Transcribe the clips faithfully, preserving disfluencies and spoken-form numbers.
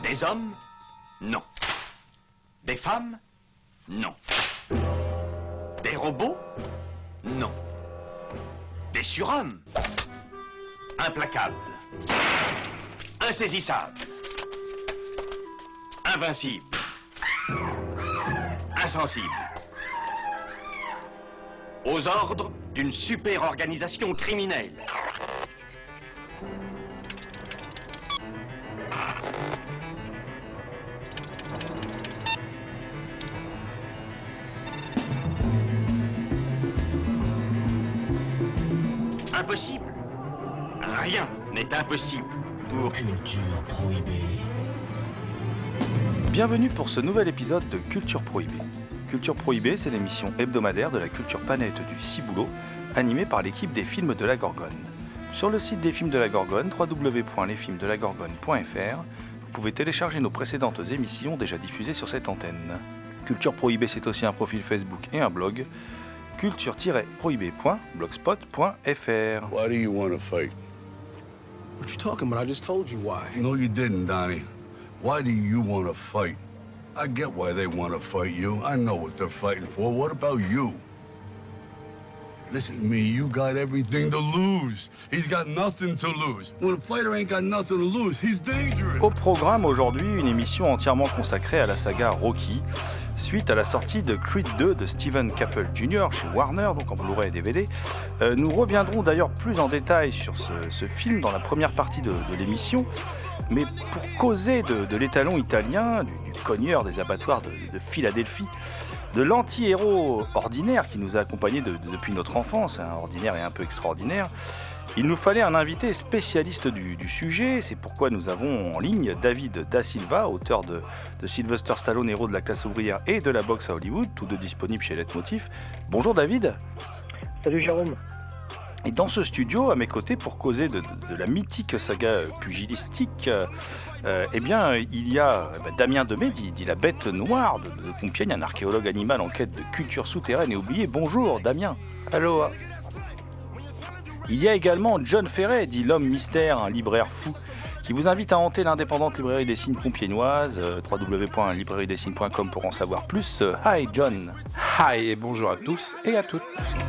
Des hommes? Non. Des femmes? Non. Des robots? Non. Des surhommes? Implacables. Insaisissables. Invincibles. Insensibles. Aux ordres d'une super organisation criminelle. Impossible. Rien n'est impossible pour... Culture Prohibée. Bienvenue pour ce nouvel épisode de Culture Prohibée. Culture Prohibée, c'est l'émission hebdomadaire de la culture planète du Ciboulot, animée par l'équipe des films de la Gorgone. Sur le site des films de la Gorgone, w w w point les films de la gorgone point f r, vous pouvez télécharger nos précédentes émissions déjà diffusées sur cette antenne. Culture Prohibée, c'est aussi un profil Facebook et un blog, culture tiret prohibée point blogspot point f r. Why do you want to fight? What you talking about? I just told you why. No, you didn't, Donnie. Why do you want to fight? I get why they want to fight you. I know what they're fighting for. What about you? Listen to me, you got everything to lose. He's got nothing to lose. When a fighter ain't got nothing to lose, he's dangerous. Au programme aujourd'hui, une émission entièrement consacrée à la saga Rocky, suite à la sortie de Creed deux de Steven Caple junior chez Warner, donc en Blu-ray et D V D. Euh, nous reviendrons d'ailleurs plus en détail sur ce, ce film dans la première partie de, de l'émission, mais pour causer de, de l'étalon italien, du, du cogneur des abattoirs de, de Philadelphie, de l'anti-héros ordinaire qui nous a accompagnés de, de, depuis notre enfance, hein, ordinaire et un peu extraordinaire, il nous fallait un invité spécialiste du, du sujet. C'est pourquoi nous avons en ligne David Da Silva, auteur de, de Sylvester Stallone, héros de la classe ouvrière et de la boxe à Hollywood, tous deux disponibles chez Leitmotiv. Bonjour David. Salut Jérôme. Et dans ce studio, à mes côtés, pour causer de, de, de la mythique saga pugilistique, euh, eh bien, il y a bah, Damien Demey, dit, dit la bête noire de, de Compiègne, un archéologue animal en quête de culture souterraine et oubliée. Bonjour Damien. Allô. Il y a également John Ferret, dit l'homme mystère, un libraire fou, qui vous invite à hanter l'indépendante librairie des signes compiègnoise, euh, w w w point librairie des signes point com pour en savoir plus. Euh, hi John. Hi et bonjour à tous et à toutes.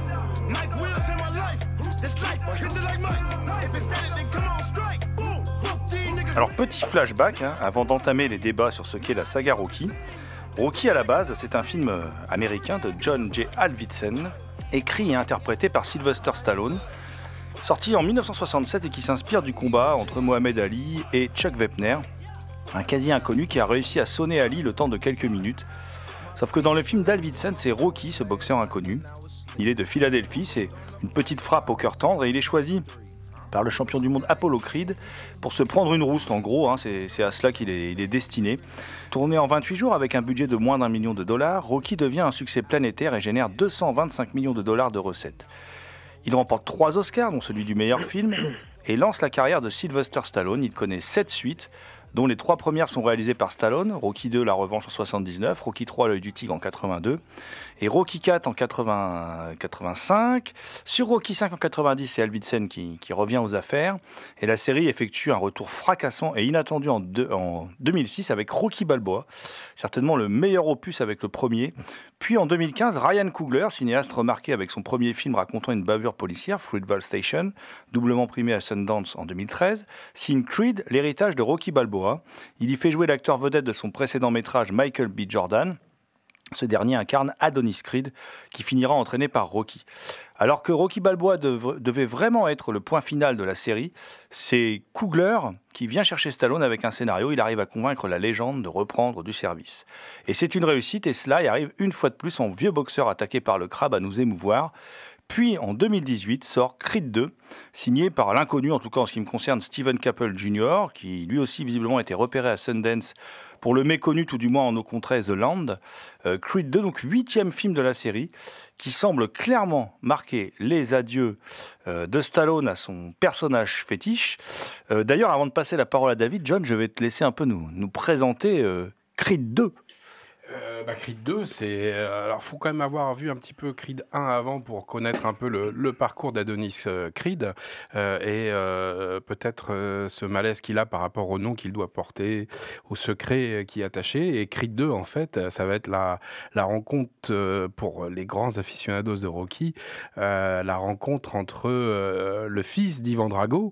Alors petit flashback, hein, avant d'entamer les débats sur ce qu'est la saga Rocky. Rocky à la base, c'est un film américain de John J. Avildsen, écrit et interprété par Sylvester Stallone, sorti en dix-neuf cent soixante-sept et qui s'inspire du combat entre Mohamed Ali et Chuck Wepner, un quasi inconnu qui a réussi à sonner Ali le temps de quelques minutes. Sauf que dans le film d'Avildsen, c'est Rocky, ce boxeur inconnu. Il est de Philadelphie, c'est une petite frappe au cœur tendre et il est choisi par le champion du monde Apollo Creed pour se prendre une rouste en gros, hein, c'est, c'est à cela qu'il est, il est destiné. Tourné en vingt-huit jours avec un budget de moins d'un million de dollars, Rocky devient un succès planétaire et génère deux cent vingt-cinq millions de dollars de recettes. Il remporte trois Oscars, dont celui du meilleur film, et lance la carrière de Sylvester Stallone. Il connaît sept suites, dont les trois premières sont réalisées par Stallone, Rocky deux, La Revanche en soixante-dix-neuf, Rocky trois, L'œil du tigre en quatre-vingt-deux, et Rocky quatre en quatre-vingts, quatre-vingt-cinq. Sur Rocky cinq en quatre-vingt-dix, c'est Avildsen qui, qui revient aux affaires, et la série effectue un retour fracassant et inattendu en, deux, en deux mille six avec Rocky Balboa, certainement le meilleur opus avec le premier. Puis en deux mille quinze, Ryan Coogler, cinéaste remarqué avec son premier film racontant une bavure policière, Fruitvale Station, doublement primé à Sundance en deux mille treize, signe Creed, l'héritage de Rocky Balboa. Il y fait jouer l'acteur vedette de son précédent métrage, Michael B. Jordan. Ce dernier incarne Adonis Creed, qui finira entraîné par Rocky. Alors que Rocky Balboa dev- devait vraiment être le point final de la série, c'est Coogler qui vient chercher Stallone avec un scénario. Il arrive à convaincre la légende de reprendre du service. Et c'est une réussite, et cela y arrive une fois de plus en vieux boxeur attaqué par le crabe à nous émouvoir. Puis en deux mille dix-huit sort Creed deux, signé par l'inconnu, en tout cas en ce qui me concerne, Steven Caple junior, qui lui aussi visiblement a été repéré à Sundance pour le méconnu, tout du moins en nos contrées, The Land. Euh, Creed deux, donc huitième film de la série, qui semble clairement marquer les adieux euh, de Stallone à son personnage fétiche. Euh, d'ailleurs, avant de passer la parole à David, John, je vais te laisser un peu nous, nous présenter euh, Creed deux. Euh, bah, Creed deux, c'est. euh, Alors, faut quand même avoir vu un petit peu Creed un avant pour connaître un peu le, le parcours d'Adonis euh, Creed euh, et euh, peut-être euh, ce malaise qu'il a par rapport au nom qu'il doit porter, au secret euh, qui est attaché. Et Creed deux, en fait, ça va être la, la rencontre euh, pour les grands aficionados de Rocky, euh, la rencontre entre euh, le fils d'Ivan Drago,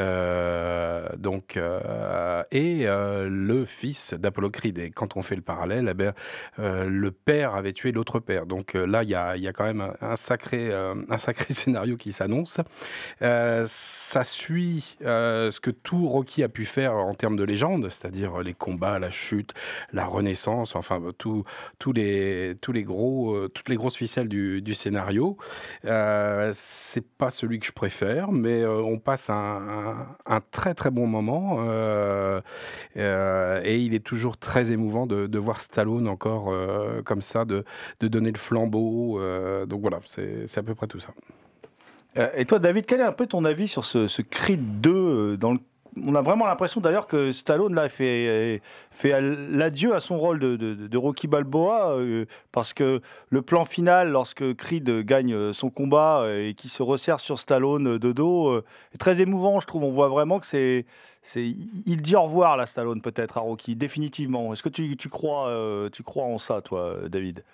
euh, donc, euh, et euh, le fils d'Apollo Creed. Et quand on fait le parallèle, eh ben, euh, le père avait tué l'autre père. Donc euh, là, il y a, il y a quand même un, un sacré, euh, un sacré scénario qui s'annonce. Euh, ça suit euh, ce que tout Rocky a pu faire en termes de légende, c'est-à-dire les combats, la chute, la renaissance, enfin tout, tous les, tous les gros, euh, toutes les grosses ficelles du, du scénario. Euh, c'est pas celui que je préfère, mais euh, on passe un, un, un très très bon moment euh, euh, et il est toujours très émouvant de, de voir Stallone encore euh, comme ça, de, de donner le flambeau. Euh, donc voilà, c'est, c'est à peu près tout ça. Euh, Et toi, David, quel est un peu ton avis sur ce, ce Creed deux euh, dans le... On a vraiment l'impression d'ailleurs que Stallone là fait, fait l'adieu à son rôle de, de, de Rocky Balboa euh, parce que le plan final, lorsque Creed gagne son combat euh, et qui se resserre sur Stallone de dos, euh, est très émouvant, je trouve. On voit vraiment que c'est, c'est, il dit au revoir là, Stallone peut-être à Rocky, définitivement. Est-ce que tu, tu crois, euh, tu crois en ça, toi, David?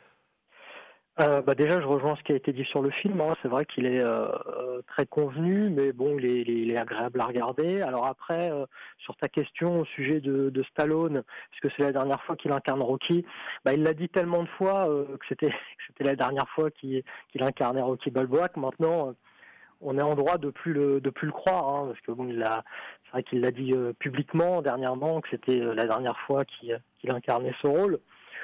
Euh, bah déjà, je rejoins ce qui a été dit sur le film. Hein. C'est vrai qu'il est euh, euh, très convenu, mais bon, il est, il est- il est agréable à regarder. Alors après, euh, sur ta question au sujet de, de Stallone, puisque c'est la dernière fois qu'il incarne Rocky, bah, il l'a dit tellement de fois euh, que c'était que c'était la dernière fois qu'il qu'il incarnait Rocky Balboa que maintenant, euh, on est en droit de plus le de plus le croire, hein, parce que bon, il l'a, c'est vrai qu'il l'a dit euh, publiquement dernièrement que c'était euh, la dernière fois qu'il qu'il incarnait ce rôle.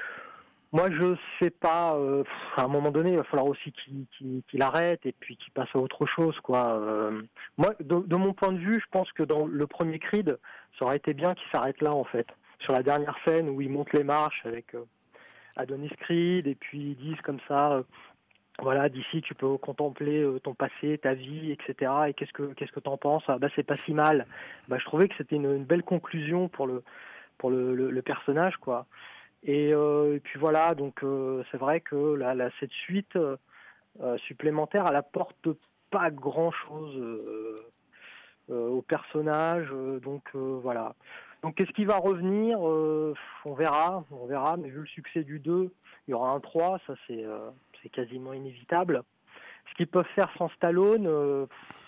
Moi, je sais pas. Euh, à un moment donné, il va falloir aussi qu'il qu'il- qu'il arrête et puis qu'il passe à autre chose, quoi. Euh, moi, de, de mon point de vue, je pense que dans le premier Creed, ça aurait été bien qu'il s'arrête là, en fait. Sur la dernière scène où il monte les marches avec euh, Adonis Creed et puis ils disent comme ça, euh, voilà, d'ici tu peux contempler euh, ton passé, ta vie, et cetera. Et qu'est-ce que qu'est-ce que t'en penses? Ah, bah, c'est pas si mal. Bah, je trouvais que c'était une, une belle conclusion pour le pour le, le, le personnage, quoi. Et, euh, et puis voilà, donc euh, c'est vrai que là, là, cette suite euh, euh, supplémentaire, elle apporte pas grand-chose euh, euh, au personnage, euh, donc euh, voilà. Donc qu'est-ce qui va revenir? Euh, On verra, on verra, mais vu le succès du deux, il y aura un trois, ça c'est euh, c'est quasiment inévitable. Ce qu'ils peuvent faire sans Stallone, euh,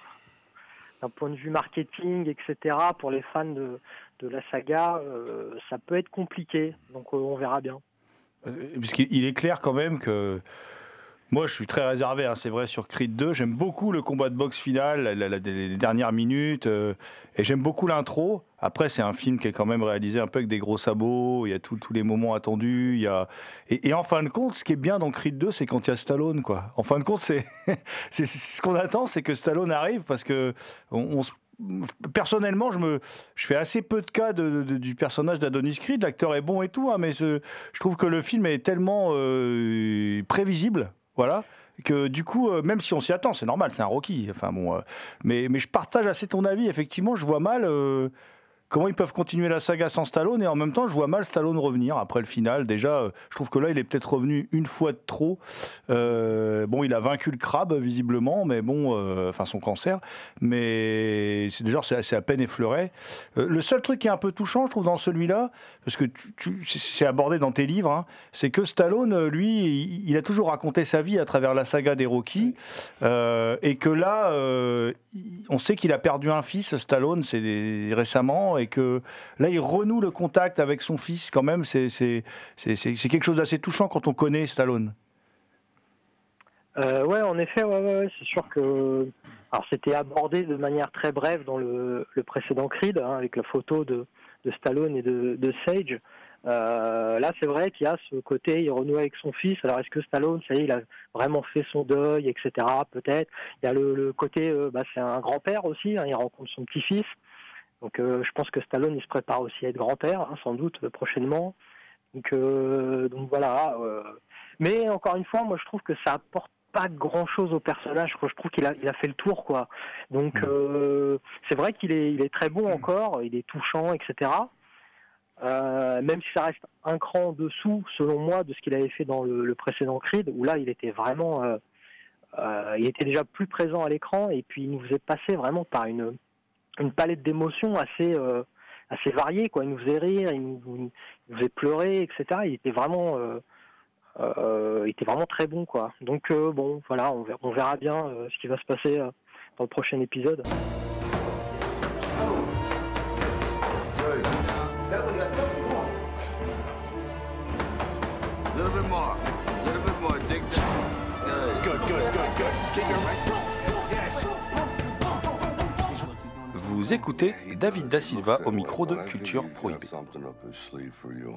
d'un point de vue marketing, et cetera, pour les fans de, de la saga, euh, ça peut être compliqué, donc euh, on verra bien. Euh, Puisqu'il il est clair quand même que moi, je suis très réservé, hein, c'est vrai, sur Creed deux. J'aime beaucoup le combat de boxe final, la- la- la- les dernières minutes, euh, et j'aime beaucoup l'intro. Après, c'est un film qui est quand même réalisé un peu avec des gros sabots, il y a tout- tous les moments attendus. Il y a... et, et en fin de compte, ce qui est bien dans Creed deux, c'est quand il y a Stallone, quoi. En fin de compte, c'est c'est- c'est ce qu'on attend, c'est que Stallone arrive, parce que on, on se- personnellement, je, me, je fais assez peu de cas de- de- du personnage d'Adonis Creed. L'acteur est bon et tout, hein, mais ce- je trouve que le film est tellement euh, prévisible. Voilà. Que du coup, euh, même si on s'y attend, c'est normal, c'est un Rocky. Enfin bon, euh, mais, mais je partage assez ton avis. Effectivement, je vois mal euh, comment ils peuvent continuer la saga sans Stallone, et en même temps, je vois mal Stallone revenir après le final. Déjà, euh, je trouve que là, il est peut-être revenu une fois de trop. Euh, bon, il a vaincu le crabe, visiblement, mais bon, euh, enfin son cancer. Mais c'est déjà, c'est c'est à peine effleuré. Euh, le seul truc qui est un peu touchant, je trouve, dans celui-là, parce que tu- tu- c'est c'est abordé dans tes livres, hein, c'est que Stallone, euh, lui, il, il a toujours raconté sa vie à travers la saga des Rocky, euh, et que là, euh, il- on sait qu'il a perdu un fils, Stallone, c'est des- récemment, et que là, il renoue le contact avec son fils, quand même, c'est c'est- c'est- c'est- c'est quelque chose d'assez touchant quand on connaît Stallone. Euh, ouais, en effet, ouais, ouais, ouais, c'est sûr que. Alors, c'était abordé de manière très brève dans le, le précédent Creed, hein, avec la photo de, de Stallone et de, de Sage. Euh, là, c'est vrai qu'il y a ce côté, il renoue avec son fils. Alors, est-ce que Stallone, ça y est, il a vraiment fait son deuil, et cetera. Peut-être. Il y a le, le côté, euh, bah, c'est un grand-père aussi, hein, il rencontre son petit-fils. Donc, euh, je pense que Stallone, il se prépare aussi à être grand-père, hein, sans doute, euh, prochainement. Donc, euh, donc voilà. euh. Mais encore une fois, moi, je trouve que ça apporte pas grand-chose au personnage. Quoi. Je trouve qu'il a, il a fait le tour, quoi. Donc, euh, c'est vrai qu'il est, il est très bon encore, il est touchant, et cetera. Euh, même si ça reste un cran en dessous, selon moi, de ce qu'il avait fait dans le, le précédent Creed, où là, il était vraiment, euh, euh, il était déjà plus présent à l'écran, et puis il nous faisait passer vraiment par une, une palette d'émotions assez, euh, assez variée, quoi. Il nous faisait rire, il nous, il nous faisait pleurer, et cetera. Il était vraiment, euh, euh, il était vraiment très bon, quoi. Donc euh, bon, voilà, on verra, on verra bien euh, ce qui va se passer euh, dans le prochain épisode. A little bit more. A little bit more. Dig that. Good, good, good, good. Keep it right. Vous écoutez David Da Silva au micro de Culture Prohibée. Something up his sleeve for you.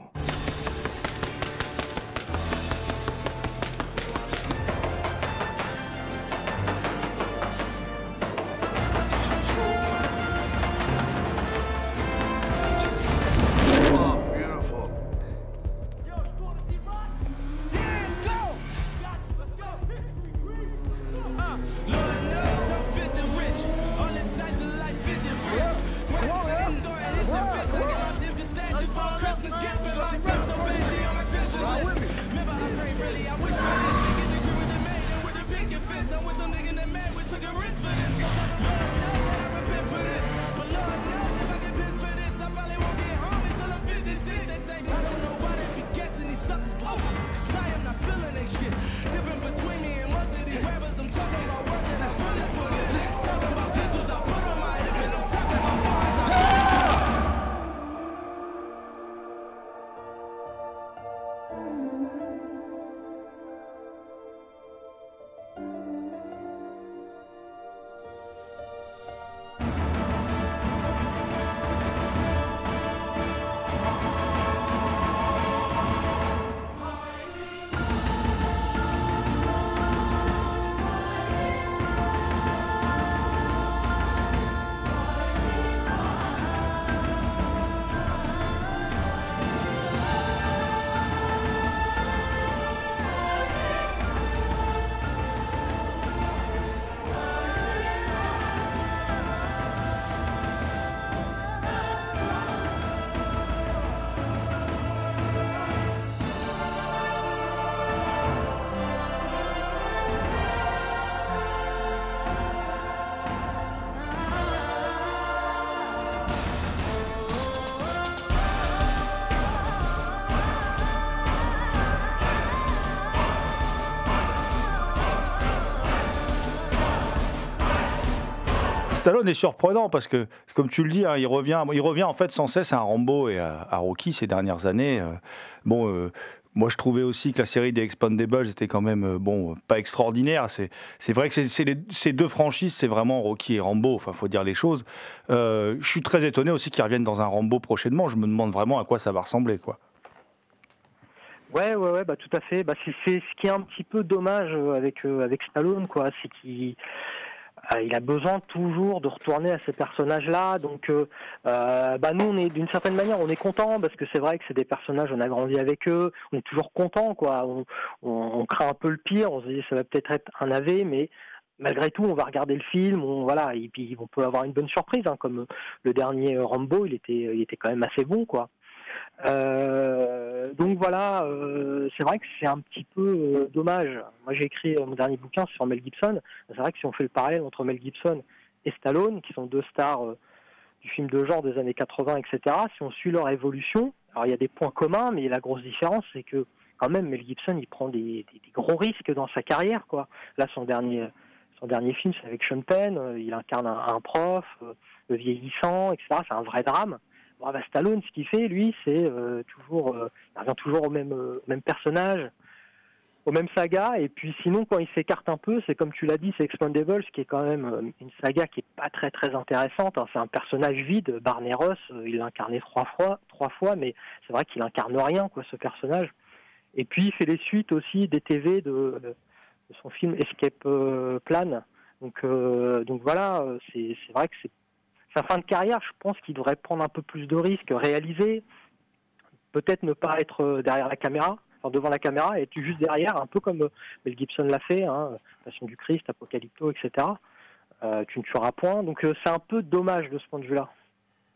Stallone est surprenant parce que, comme tu le dis, hein, il revient, il revient en fait sans cesse à un Rambo et à, à Rocky ces dernières années. Euh, bon, euh, moi je trouvais aussi que la série des Expendables était quand même, euh, bon, pas extraordinaire. C'est, c'est vrai que c'est, c'est les, ces deux franchises, c'est vraiment Rocky et Rambo. Enfin, faut dire les choses. Euh, je suis très étonné aussi qu'ils reviennent dans un Rambo prochainement. Je me demande vraiment à quoi ça va ressembler, quoi. Ouais, ouais, ouais, bah tout à fait. Bah c'est, c'est ce qui est un petit peu dommage avec euh, avec Stallone, quoi, c'est qu'il euh, il a besoin toujours de retourner à ces personnages-là. Donc, euh, euh, bah nous, on est d'une certaine manière, on est content parce que c'est vrai que c'est des personnages, on a grandi avec eux, on est toujours content, quoi. On, on, on craint un peu le pire, on se dit ça va peut-être être un A V, mais malgré tout, on va regarder le film, on, voilà, et puis on peut avoir une bonne surprise, hein, comme le dernier Rambo, il était, il était quand même assez bon, quoi. Euh, donc voilà, euh, c'est vrai que c'est un petit peu euh, dommage. Moi j'ai écrit euh, mon dernier bouquin sur Mel Gibson. C'est vrai que si on fait le parallèle entre Mel Gibson et Stallone, qui sont deux stars euh, du film de genre des années quatre-vingts, et cetera, si on suit leur évolution, alors il y a des points communs, mais la grosse différence c'est que quand même Mel Gibson il prend des, des, des gros risques dans sa carrière, quoi. Là son dernier, son dernier film c'est avec Sean Penn, euh, il incarne un, un prof, euh, le vieillissant, et cetera. C'est un vrai drame. Bon, bah, Stallone, ce qu'il fait, lui, c'est euh, toujours, euh, il revient toujours au même, euh, même personnage, au même saga. Et puis sinon, quand il s'écarte un peu, c'est comme tu l'as dit, c'est Expendables, qui est quand même euh, une saga qui est pas très très intéressante. Hein. C'est un personnage vide. Barney Ross, euh, il l'a incarné trois fois, trois fois, mais c'est vrai qu'il incarne rien, quoi, ce personnage. Et puis il fait les suites aussi des T V de, de son film Escape euh, Plan. Donc, euh, donc voilà, c'est, c'est vrai que c'est sa fin de carrière, je pense qu'il devrait prendre un peu plus de risques, réaliser, peut-être ne pas être derrière la caméra, enfin devant la caméra, et être juste derrière, un peu comme Mel Gibson l'a fait, hein, Passion du Christ, Apocalypto, et cetera. Euh, tu ne tueras point, donc euh, c'est un peu dommage de ce point de vue-là.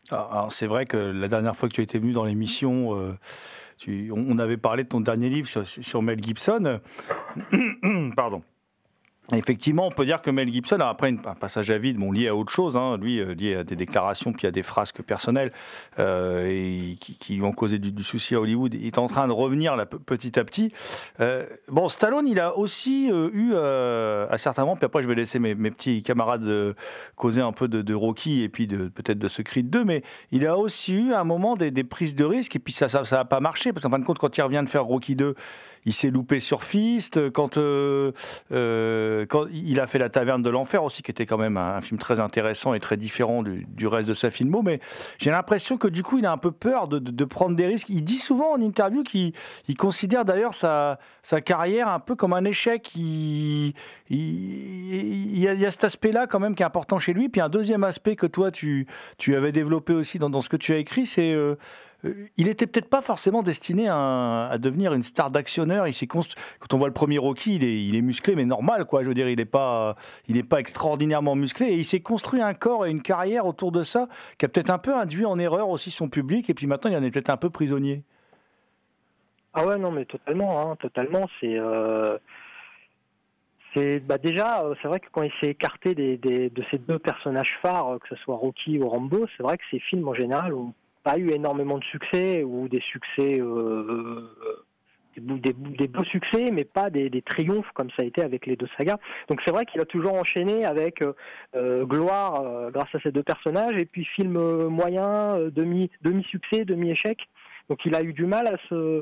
Ah, alors c'est vrai que la dernière fois que tu étais venu dans l'émission, euh, tu- on on avait parlé de ton dernier livre sur, sur Mel Gibson. Pardon. Effectivement, on peut dire que Mel Gibson a après une- un passage à vide, bon, lié à autre chose, hein, lui, euh, lié à des déclarations, puis à des frasques personnelles euh, et qui, qui lui ont causé du, du souci à Hollywood. Il est en train de revenir là, pe- petit à petit. Euh, bon, Stallone, il a aussi euh, eu euh, à certains moments, puis après je vais laisser mes, mes petits camarades euh, causer un peu de, de Rocky et puis de, peut-être de ce Creed deux, mais il a aussi eu à un moment des, des prises de risques et puis ça ça ça a pas marché parce qu'en fin de compte, quand il revient de faire Rocky deux, il s'est loupé sur Fist. Quand euh, euh, quand il a fait La Taverne de l'Enfer aussi, qui était quand même un, un film très intéressant et très différent du, du reste de sa filmo, mais j'ai l'impression que du coup il a un peu peur de, de- de prendre des risques. Il dit souvent en interview qu'il il considère d'ailleurs sa, sa carrière un peu comme un échec. Il, il- il y a, il y a cet aspect-là quand même qui est important chez lui. Puis un deuxième aspect que toi tu, tu avais développé aussi dans, dans ce que tu as écrit, c'est euh, euh, il était peut-être pas forcément destiné à, à devenir une star d'actionneur. Il s'est constru- Quand on voit le premier Rocky, il est, il est musclé, mais normal, quoi. Je veux dire, il n'est pas, il est pas extraordinairement musclé. Et il s'est construit un corps et une carrière autour de ça qui a peut-être un peu induit en erreur aussi son public. Et puis maintenant, il en est peut-être un peu prisonnier. Ah ouais, non, mais totalement, hein, totalement. C'est, euh, c'est bah déjà, euh, c'est vrai que quand il s'est écarté des, des- de ces deux personnages phares, euh, que ce soit Rocky ou Rambo, c'est vrai que ces films en général ont pas eu énormément de succès ou des succès, euh, des, bou- des bou- des beaux succès, mais pas des, des triomphes comme ça a été avec les deux sagas. Donc c'est vrai qu'il a toujours enchaîné avec euh, euh, gloire euh, grâce à ces deux personnages et puis film euh, moyen, euh, demi demi succès, demi échec. Donc il a eu du mal à se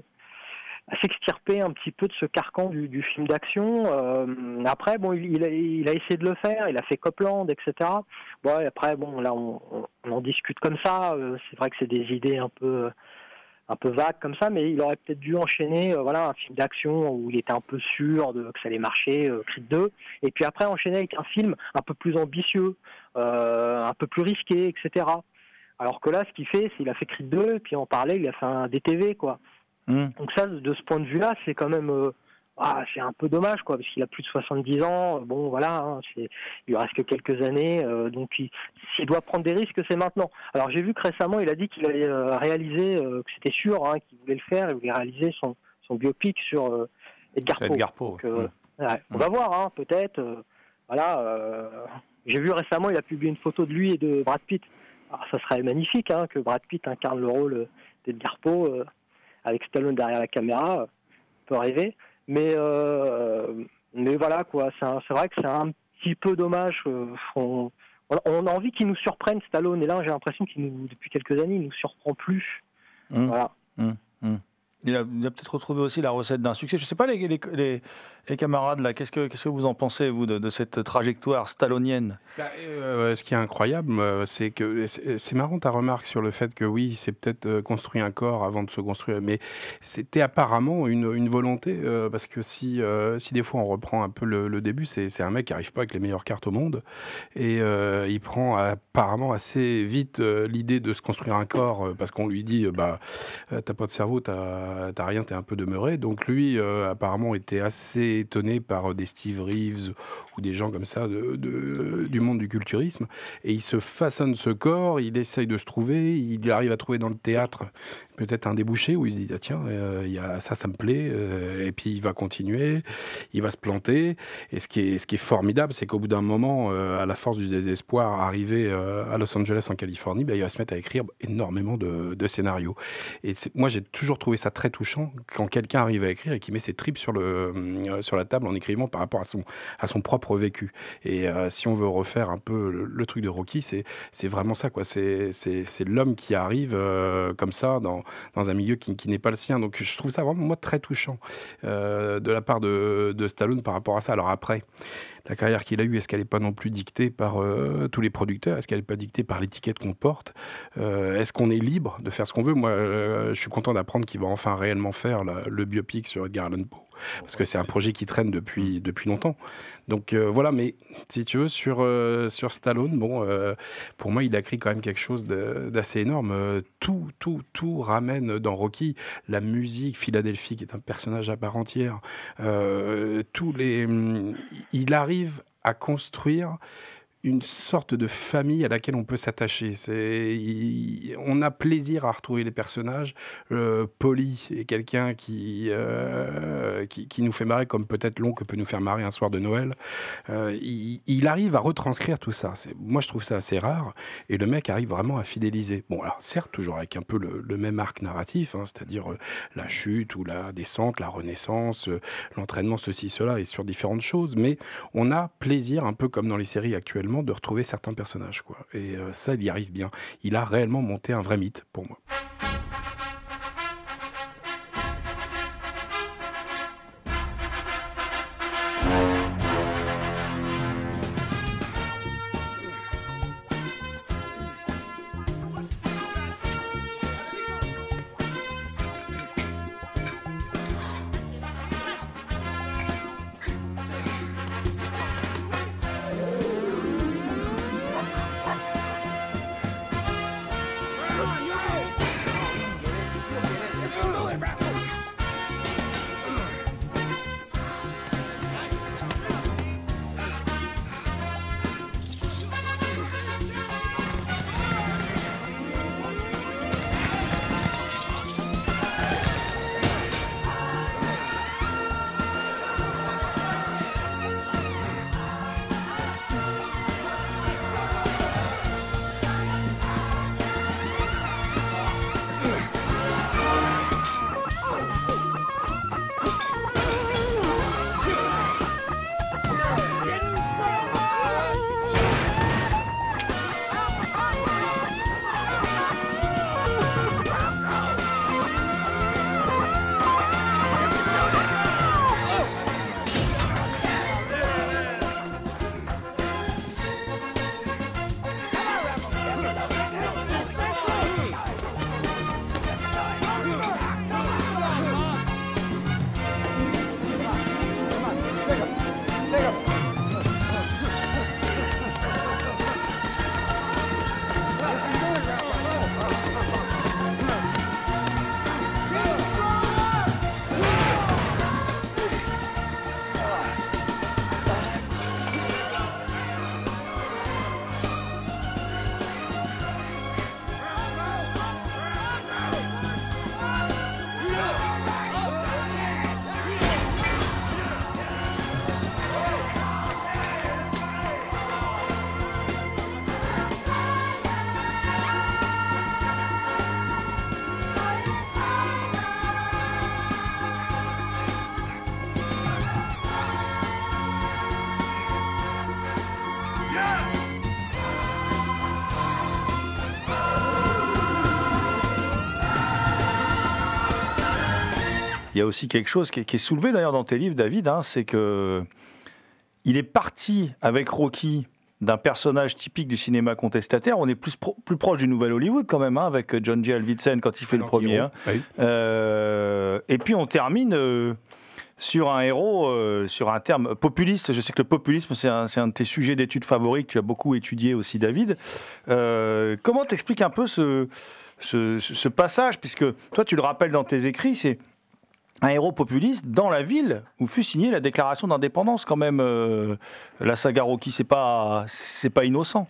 à s'extirper un petit peu de ce carcan du, du film d'action. Euh, après, bon, il, il, a, il a essayé de le faire, il a fait Copland, et cetera. Bon, et après, bon, là, on, on, on en discute comme ça. Euh, c'est vrai que c'est des idées un peu, un peu vagues comme ça, mais il aurait peut-être dû enchaîner, euh, voilà, un film d'action où il était un peu sûr de, que ça allait marcher, euh, Creed deux, et puis après enchaîner avec un film un peu plus ambitieux, euh, un peu plus risqué, et cetera. Alors que là, ce qu'il fait, c'est qu'il a fait Creed deux, et puis en parallèle, il a fait un D T V, quoi. Mmh. Donc ça, de ce point de vue-là, c'est quand même, euh, ah, c'est un peu dommage, quoi, parce qu'il a plus de soixante-dix ans. Bon, voilà, hein, c'est, il lui reste que quelques années, euh, donc il, s'il doit prendre des risques, c'est maintenant. Alors j'ai vu que récemment, il a dit qu'il allait euh, réaliser, euh, que c'était sûr, hein, qu'il voulait le faire, il voulait réaliser son, son biopic sur euh, Edgar C'est Poe. Edgar Poe. Donc, euh, Mmh. ouais, on Mmh. va voir, hein, peut-être. euh, voilà, euh, j'ai vu récemment, il a publié une photo de lui et de Brad Pitt. Alors ça serait magnifique, hein, que Brad Pitt incarne le rôle d'Edgar Poe. Euh, avec Stallone derrière la caméra, on peut rêver. Mais, euh, mais voilà, quoi. C'est, un, c'est vrai que c'est un petit peu dommage. euh, On, on a envie qu'il nous surprenne, Stallone. Et là, j'ai l'impression qu'il nous, depuis quelques années, il nous surprend plus. Mmh. Voilà. Mmh. Mmh. Il a, il a peut-être retrouvé aussi la recette d'un succès. Je ne sais pas, les, les, les, les camarades, là, qu'est-ce que, qu'est-ce que vous en pensez, vous, de, de cette trajectoire stallonienne? Bah, euh, ce qui est incroyable, euh, c'est que c'est c'est marrant ta remarque sur le fait que oui, c'est peut-être euh, construit un corps avant de se construire, mais c'était apparemment une, une volonté, euh, parce que si, euh, si des fois on reprend un peu le, le début, c'est c'est un mec qui arrive pas avec les meilleures cartes au monde, et euh, il prend apparemment assez vite euh, l'idée de se construire un corps, euh, parce qu'on lui dit, euh, bah, euh, t'as pas de cerveau, t'as t'as rien, t'es un peu demeuré. Donc lui, euh, apparemment, était assez étonné par euh, des Steve Reeves ou des gens comme ça de, de- du monde du culturisme. Et il se façonne ce corps, il essaye de se trouver, il arrive à trouver dans le théâtre peut-être un débouché où il se dit, ah, tiens, euh, il y a, ça, ça me plaît. euh, et puis il va continuer, il va se planter. Et ce qui est, ce qui est formidable, c'est qu'au bout d'un moment, euh, à la force du désespoir, arrivé euh, à Los Angeles en Californie, ben, il va se mettre à écrire énormément de, de scénarios. Et c'est- moi, j'ai toujours trouvé ça très touchant quand quelqu'un arrive à écrire et qui met ses tripes sur, le, euh, sur la table en écrivant par rapport à son, à son propre vécu. Et euh, si on veut refaire un peu le, le truc de Rocky, c'est, c'est vraiment ça, quoi. C'est, c'est, c'est l'homme qui arrive euh, comme ça dans, dans un milieu qui, qui n'est pas le sien. Donc je trouve ça vraiment, moi, très touchant euh, de la part de, de Stallone par rapport à ça. Alors après, la carrière qu'il a eue, est-ce qu'elle n'est pas non plus dictée par euh, tous les producteurs? Est-ce qu'elle n'est pas dictée par l'étiquette qu'on porte? Euh, Est-ce qu'on est libre de faire ce qu'on veut? Moi, euh, je suis content d'apprendre qu'il va enfin réellement faire la- le biopic sur Edgar Allan Poe. Parce que c'est un projet qui traîne depuis, depuis longtemps. Donc euh, voilà, mais si tu veux, sur, euh, sur Stallone, bon, euh, pour moi, il a écrit quand même quelque chose de- d'assez énorme. Euh, tout, tout, tout ramène dans Rocky. La musique, Philadelphie, qui est un personnage à part entière. Euh, tous les, hum, il arrive à construire une sorte de famille à laquelle on peut s'attacher. C'est, il, on a plaisir à retrouver les personnages. Euh, Polly est quelqu'un qui, euh, qui, qui nous fait marrer, comme peut-être l'oncle peut nous faire marrer un soir de Noël. Euh, il, il arrive à retranscrire tout ça. C'est, moi, je trouve ça assez rare. Et le mec arrive vraiment à fidéliser. Bon, alors certes, toujours avec un peu le, le même arc narratif, hein, c'est-à-dire euh, la chute ou la descente, la renaissance, euh, l'entraînement, ceci, cela, et sur différentes choses. Mais on a plaisir, un peu comme dans les séries actuellement, de retrouver certains personnages, quoi. Et euh, ça, il y arrive bien. Il a réellement monté un vrai mythe pour moi. Il y a aussi quelque chose qui est, qui est soulevé d'ailleurs dans tes livres, David, hein, c'est que il est parti avec Rocky d'un personnage typique du cinéma contestataire. On est plus, pro, plus proche du nouvel Hollywood quand même, hein, avec John J. Avildsen quand il fait le premier. Hein. Oui. Euh, et puis on termine euh, sur un héros, euh, sur un terme populiste. Je sais que le populisme, c'est un, c'est un de tes sujets d'études favoris que tu as beaucoup étudié aussi, David. Euh, comment t'expliques un peu ce, ce, ce passage, puisque toi tu le rappelles dans tes écrits, c'est un héros populiste dans la ville où fut signée la déclaration d'indépendance quand même. Euh, la saga Rocky, c'est pas, c'est pas innocent.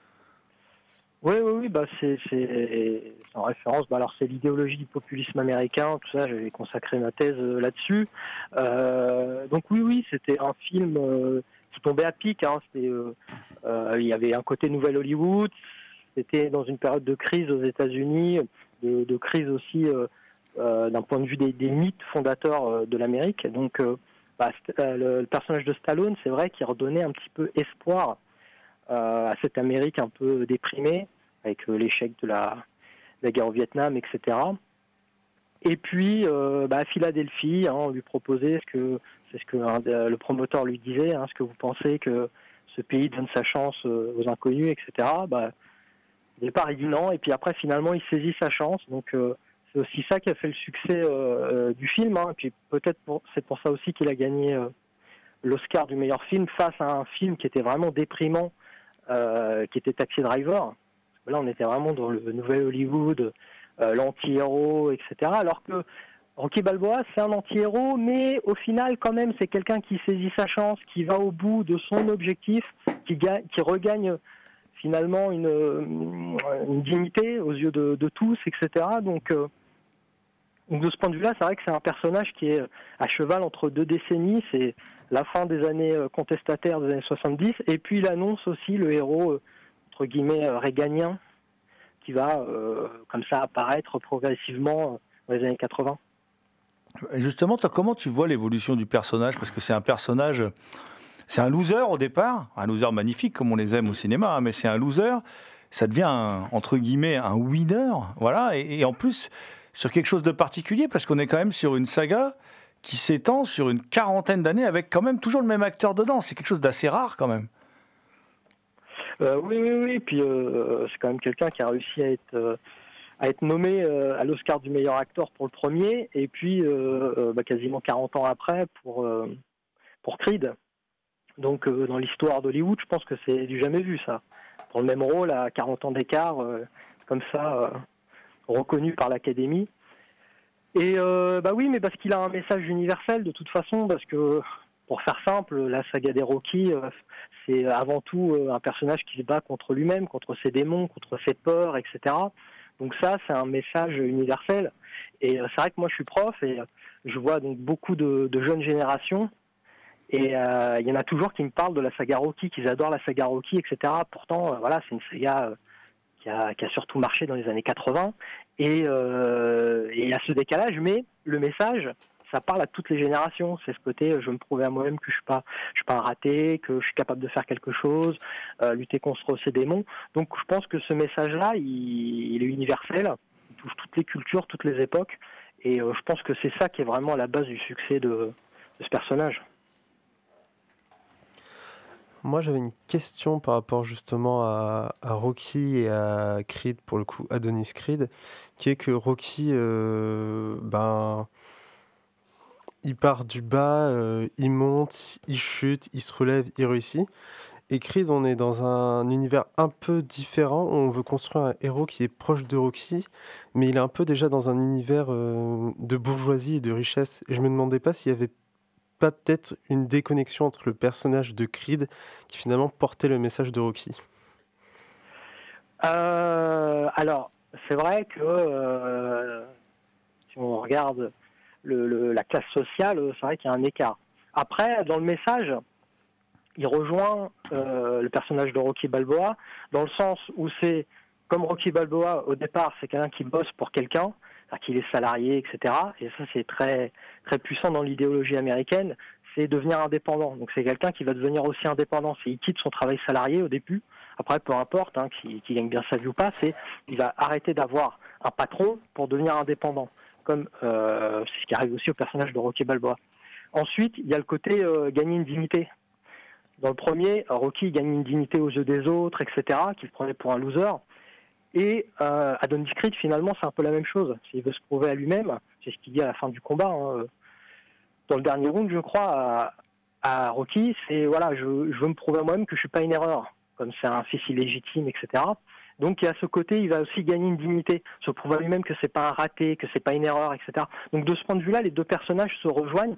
Oui, oui, oui, bah c'est, c'est, c'est en référence. Bah alors c'est l'idéologie du populisme américain, tout ça. J'avais consacré ma thèse euh, là-dessus. Euh, donc oui, oui, c'était un film euh, qui tombait à pic. Hein, c'était, euh, euh, il y avait un côté Nouvelle Hollywood. C'était dans une période de crise aux États-Unis, de, de crise aussi. Euh, Euh, d'un point de vue des, des mythes fondateurs euh, de l'Amérique. Donc, euh, bah, euh, le, le personnage de Stallone, c'est vrai qu'il redonnait un petit peu espoir euh, à cette Amérique un peu déprimée, avec euh, l'échec de la, de la guerre au Vietnam, et cetera. Et puis, euh, bah, à Philadelphie, hein, on lui proposait, ce que, c'est ce que hein, le promoteur lui disait, hein, ce que vous pensez que ce pays donne sa chance euh, aux inconnus, et cetera. Bah, au départ, il dit non, et puis après, finalement, il saisit sa chance. Donc, euh, c'est aussi ça qui a fait le succès euh, du film. Hein. Et puis peut-être pour, c'est pour ça aussi qu'il a gagné euh, l'Oscar du meilleur film face à un film qui était vraiment déprimant, euh, qui était Taxi Driver. Là, on était vraiment dans le nouvel Hollywood, euh, l'anti-héros, et cetera. Alors que Rocky Balboa, c'est un anti-héros, mais au final, quand même, c'est quelqu'un qui saisit sa chance, qui va au bout de son objectif, qui, gagne, qui regagne finalement une, une dignité aux yeux de, de tous, et cetera. Donc, euh, donc, de ce point de vue-là, c'est vrai que c'est un personnage qui est à cheval entre deux décennies. C'est la fin des années contestataires des années soixante-dix, et puis il annonce aussi le héros, entre guillemets, réganien, qui va, euh, comme ça, apparaître progressivement dans les années quatre-vingts. Et justement, toi, comment tu vois l'évolution du personnage ? Parce que c'est un personnage, c'est un loser au départ, un loser magnifique comme on les aime au cinéma, hein, mais c'est un loser, ça devient un, entre guillemets un winner, voilà, et, et en plus sur quelque chose de particulier parce qu'on est quand même sur une saga qui s'étend sur une quarantaine d'années avec quand même toujours le même acteur dedans, c'est quelque chose d'assez rare quand même. Euh, oui, oui, oui, puis euh, c'est quand même quelqu'un qui a réussi à être... Euh, à être nommé euh, à l'Oscar du meilleur acteur pour le premier, et puis euh, euh, bah, quasiment quarante ans après pour, euh, pour Creed. Donc euh, dans l'histoire d'Hollywood, je pense que c'est du jamais vu ça. Pour le même rôle, à quarante ans d'écart, euh, comme ça, euh, reconnu par l'Académie. Et euh, bah oui, mais parce qu'il a un message universel de toute façon, parce que, pour faire simple, la saga des Rocky, euh, c'est avant tout euh, un personnage qui se bat contre lui-même, contre ses démons, contre ses peurs, et cetera. Donc ça, c'est un message universel. Et c'est vrai que moi, je suis prof et je vois donc beaucoup de, de jeunes générations. Et euh, il y en a toujours qui me parlent de la saga Rocky, qu'ils adorent la saga Rocky, et cetera. Pourtant, euh, voilà, c'est une saga euh, qui, a, qui a surtout marché dans les années quatre-vingts. Et euh, il y a ce décalage, mais le message, ça parle à toutes les générations. C'est ce côté, je veux me prouver à moi-même que je suis pas, je suis pas un raté, que je suis capable de faire quelque chose, euh, lutter contre ces démons. Donc, je pense que ce message-là, il, il est universel, il touche toutes les cultures, toutes les époques, et euh, je pense que c'est ça qui est vraiment à la base du succès de, de ce personnage. Moi, j'avais une question par rapport justement à, à Rocky et à Creed, pour le coup, Adonis Creed, qui est que Rocky, euh, ben... il part du bas, euh, il monte, il chute, il se relève, il réussit. Et Creed, on est dans un univers un peu différent. On veut construire un héros qui est proche de Rocky, mais il est un peu déjà dans un univers euh, de bourgeoisie et de richesse. Et je me demandais pas s'il y avait pas peut-être une déconnexion entre le personnage de Creed qui finalement portait le message de Rocky. Euh, alors, c'est vrai que euh, si on regarde Le, le, la classe sociale, c'est vrai qu'il y a un écart. Après, dans le message, il rejoint euh, le personnage de Rocky Balboa, dans le sens où c'est, comme Rocky Balboa, au départ, c'est quelqu'un qui bosse pour quelqu'un, qu'il est salarié, et cetera. Et ça, c'est très, très puissant dans l'idéologie américaine, c'est devenir indépendant. Donc c'est quelqu'un qui va devenir aussi indépendant. C'est, il quitte son travail salarié au début, après, peu importe, hein, qu'il, qu'il gagne bien sa vie ou pas, c'est il va arrêter d'avoir un patron pour devenir indépendant. Comme euh, c'est ce qui arrive aussi au personnage de Rocky Balboa. Ensuite, il y a le côté euh, gagner une dignité. Dans le premier, Rocky gagne une dignité aux yeux des autres, et cetera, qu'il prenait pour un loser. Et euh, Adonis Creed, finalement, c'est un peu la même chose. S'il veut se prouver à lui-même, c'est ce qu'il dit à la fin du combat. Hein. Dans le dernier round, je crois, à, à Rocky, c'est voilà, je, je veux me prouver à moi-même que je suis pas une erreur, comme c'est un fils illégitime, et cetera. Donc il y a ce côté, il va aussi gagner une dignité, se prouver à lui-même que c'est pas un raté, que c'est pas une erreur, et cetera. Donc de ce point de vue-là, les deux personnages se rejoignent.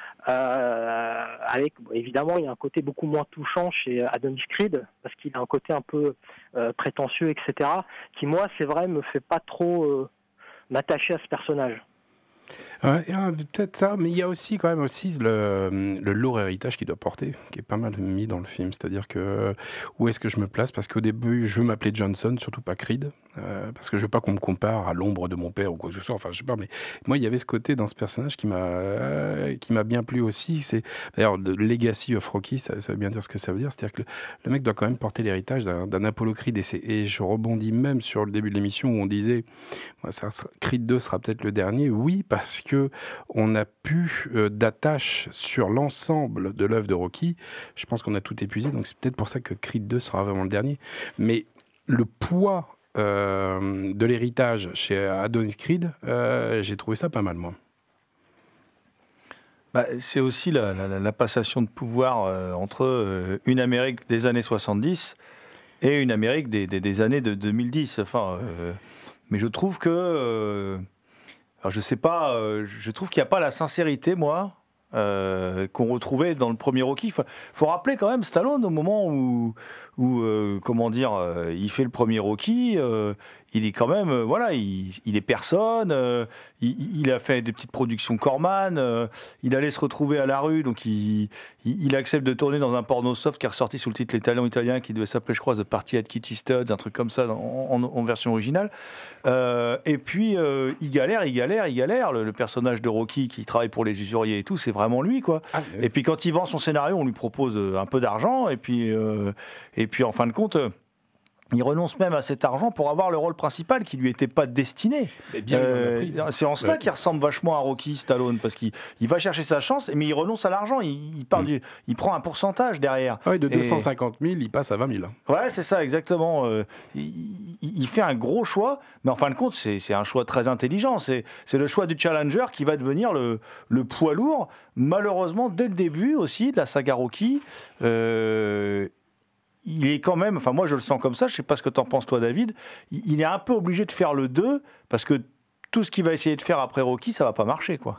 Euh, avec évidemment, il y a un côté beaucoup moins touchant chez Adonis Creed parce qu'il a un côté un peu euh, prétentieux, et cetera. Qui moi, c'est vrai, me fait pas trop euh, m'attacher à ce personnage. Ouais, peut-être ça, mais il y a aussi quand même aussi le, le lourd héritage qu'il doit porter, qui est pas mal mis dans le film. C'est-à-dire que où est-ce que je me place ? Parce qu'au début, je veux m'appeler Johnson, surtout pas Creed, euh, parce que je veux pas qu'on me compare à l'ombre de mon père ou quoi que ce soit. Enfin, je sais pas, mais moi, il y avait ce côté dans ce personnage qui m'a euh, qui m'a bien plu aussi. C'est d'ailleurs le Legacy of Rocky, ça, ça veut bien dire ce que ça veut dire. C'est-à-dire que le, le mec doit quand même porter l'héritage d'un, d'un Apollo Creed. Et, c'est, et je rebondis même sur le début de l'émission où on disait ça, Creed deux sera peut-être le dernier. Oui, parce que on a plus euh, d'attache sur l'ensemble de l'œuvre de Rocky. Je pense qu'on a tout épuisé, donc c'est peut-être pour ça que Creed deux sera vraiment le dernier. Mais le poids euh, de l'héritage chez Adonis Creed, euh, j'ai trouvé ça pas mal, moi. Bah, c'est aussi la, la, la passation de pouvoir euh, entre euh, une Amérique des années soixante-dix et une Amérique des, des, des années de deux mille dix. Enfin, euh, mais je trouve que... Euh, alors je sais pas, euh, je trouve qu'il n'y a pas la sincérité, moi, euh, qu'on retrouvait dans le premier Rocky. Il faut, faut rappeler quand même Stallone au moment où, où euh, comment dire, euh, il fait le premier Rocky, euh, il est quand même, euh, voilà, il, il est personne, euh, il, il a fait des petites productions Corman, euh, il allait se retrouver à la rue, donc il, il, il accepte de tourner dans un porno soft qui est ressorti sous le titre Les Talents Italiens, qui devait s'appeler, je crois, The Party at Kitty Studs, un truc comme ça en, en, en version originale. Euh, et puis euh, il galère, il galère, il galère. Le, le personnage de Rocky qui travaille pour les usuriers et tout, c'est vraiment lui, quoi. Ah, oui. Et puis quand il vend son scénario, on lui propose un peu d'argent, et puis euh, et puis en fin de compte. Il renonce même à cet argent pour avoir le rôle principal qui lui était pas destiné. Bien, euh, c'est en cela ouais. qu'il ressemble vachement à Rocky Stallone, parce qu'il il va chercher sa chance, mais il renonce à l'argent. Il, il, part mmh. du, il prend un pourcentage derrière. Ah oui, de deux cent cinquante mille, il passe à vingt mille. Ouais, c'est ça, exactement. Euh, il, il fait un gros choix, mais en fin de compte, c'est, c'est un choix très intelligent. C'est, c'est le choix du challenger qui va devenir le, le poids lourd. Malheureusement, dès le début aussi de la saga Rocky, euh, il est quand même, enfin moi je le sens comme ça, je ne sais pas ce que tu en penses toi David, il est un peu obligé de faire le deux, parce que tout ce qu'il va essayer de faire après Rocky, ça ne va pas marcher, quoi.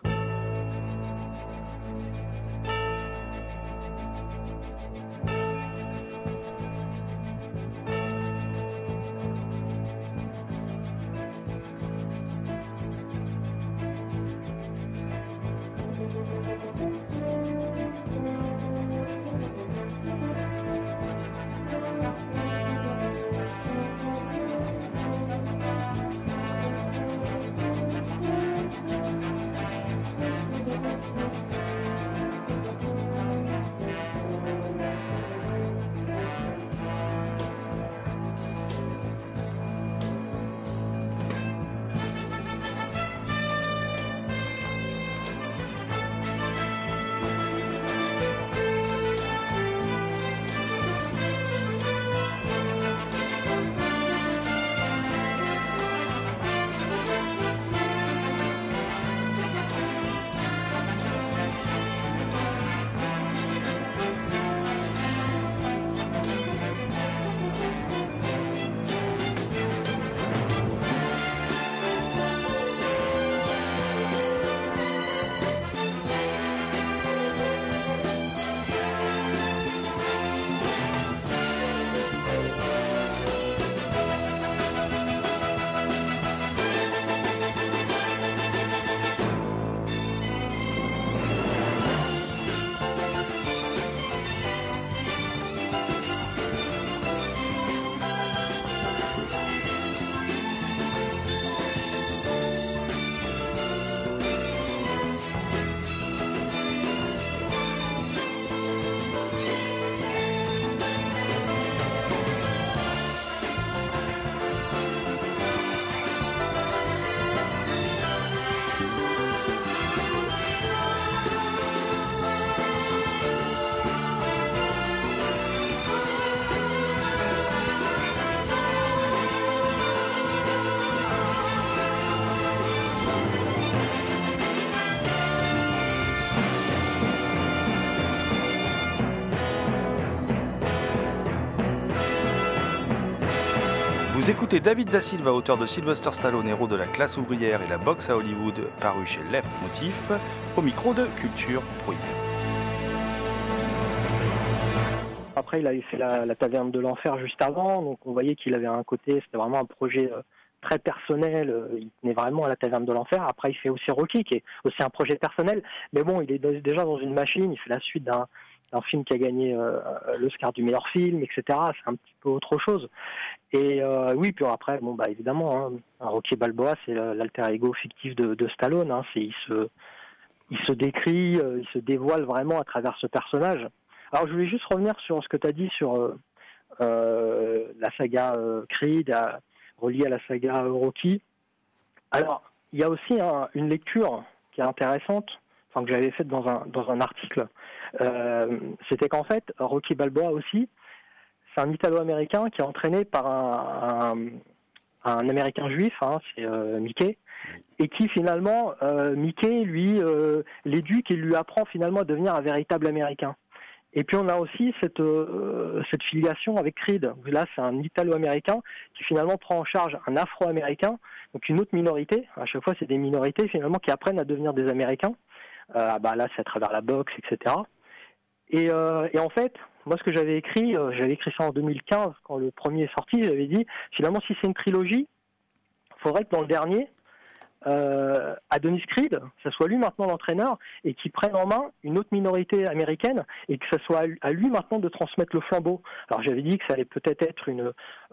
Vous écoutez David Da Silva, auteur de Sylvester Stallone, héros de la classe ouvrière et la boxe à Hollywood, paru chez Left Motif, au micro de Culture Prohibée. Après, il avait fait la, la Taverne de l'Enfer juste avant, donc on voyait qu'il avait un côté, c'était vraiment un projet euh, très personnel, euh, il tenait vraiment à la Taverne de l'Enfer. Après, il fait aussi Rocky, qui est aussi un projet personnel, mais bon, il est déjà dans une machine, il fait la suite d'un, d'un film qui a gagné euh, l'Oscar du meilleur film, et cetera. C'est un petit peu autre chose. Et euh, oui, puis après, bon, bah évidemment, hein, Rocky Balboa, c'est l'alter ego fictif de, de Stallone. Hein, c'est, il, se, il se décrit, euh, il se dévoile vraiment à travers ce personnage. Alors, je voulais juste revenir sur ce que tu as dit sur euh, euh, la saga euh, Creed, à, reliée à la saga euh, Rocky. Alors, il y a aussi un, une lecture qui est intéressante, enfin que j'avais faite dans un, dans un article. Euh, c'était qu'en fait, Rocky Balboa aussi, c'est un Italo-américain qui est entraîné par un, un, un Américain juif, hein, c'est euh, Mickey, et qui finalement, euh, Mickey, lui, euh, l'éduque et lui apprend finalement à devenir un véritable Américain. Et puis on a aussi cette, euh, cette filiation avec Creed. Là, c'est un Italo-américain qui finalement prend en charge un Afro-américain, donc une autre minorité. À chaque fois, c'est des minorités finalement qui apprennent à devenir des Américains. Euh, bah là, c'est à travers la boxe, et cetera. Et, euh, et en fait, moi, ce que j'avais écrit, euh, j'avais écrit ça en deux mille quinze quand le premier est sorti. J'avais dit finalement, si c'est une trilogie, il faudrait que dans le dernier, Euh, Adonis Creed, ça soit lui maintenant l'entraîneur et qu'il prenne en main une autre minorité américaine et que ça soit à lui maintenant de transmettre le flambeau. Alors j'avais dit que ça allait peut-être être une,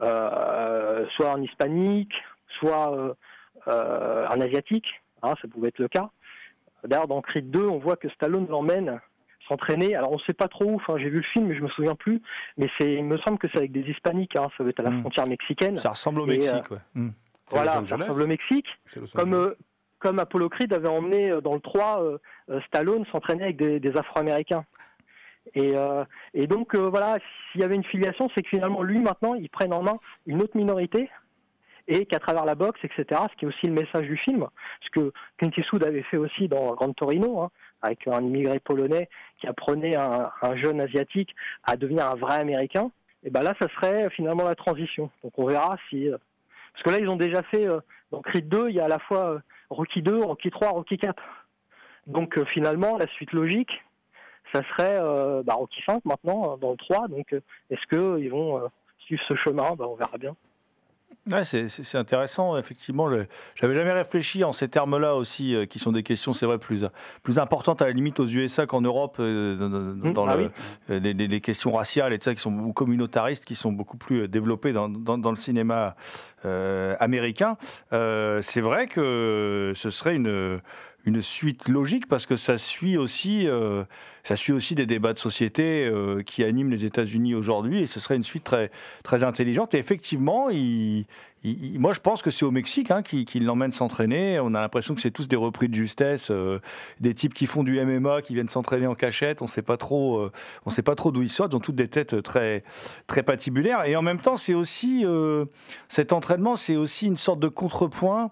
euh, soit un hispanique, soit euh, euh, un asiatique, hein, ça pouvait être le cas. D'ailleurs dans Creed deux, on voit que Stallone l'emmène s'entraîner. Alors on ne sait pas trop où, enfin, j'ai vu le film mais je me souviens plus, mais c'est, il me semble que c'est avec des hispaniques, hein, ça va être à la mmh. frontière mexicaine. Ça ressemble au et, Mexique, euh, ouais. Mmh. Voilà, ça ressemble au Mexique, comme, euh, comme Apollo Creed avait emmené euh, dans le trois, euh, euh, Stallone s'entraîner avec des, des Afro-Américains. Et, euh, et donc, euh, voilà, s'il y avait une filiation, c'est que finalement, lui, maintenant, il prenne en main une autre minorité et qu'à travers la boxe, et cetera, ce qui est aussi le message du film, ce que Clint Eastwood avait fait aussi dans Gran Torino, hein, avec un immigré polonais qui apprenait un, un jeune asiatique à devenir un vrai Américain, et ben là, ça serait finalement la transition. Donc on verra si... Euh, Parce que là, ils ont déjà fait, euh, dans Creed deux, il y a à la fois euh, Rocky deux, Rocky trois, Rocky quatre. Donc euh, finalement, la suite logique, ça serait euh, bah, Rocky cinq maintenant, dans le trois. Donc euh, est-ce qu'ils vont euh, suivre ce chemin? Bah, on verra bien. Ouais, c'est, c'est, c'est intéressant, effectivement. Je n'avais jamais réfléchi en ces termes-là aussi, euh, qui sont des questions, c'est vrai, plus, plus importantes à la limite aux U S A qu'en Europe, euh, dans, dans mmh, le, ah oui. les, les, les questions raciales et tout ça, qui sont, ou communautaristes, qui sont beaucoup plus développées dans, dans, dans le cinéma euh, américain. Euh, c'est vrai que ce serait une... une suite logique parce que ça suit aussi, euh, ça suit aussi des débats de société euh, qui animent les États-Unis aujourd'hui et ce serait une suite très, très intelligente. Et effectivement, il, il, moi je pense que c'est au Mexique hein, qu'il, qu'il l'emmène s'entraîner. On a l'impression que c'est tous des repris de justesse, euh, des types qui font du M M A, qui viennent s'entraîner en cachette. On sait pas trop, euh, on sait pas trop d'où ils sortent. Ils ont toutes des têtes très, très patibulaires. Et en même temps, c'est aussi euh, cet entraînement, c'est aussi une sorte de contrepoint.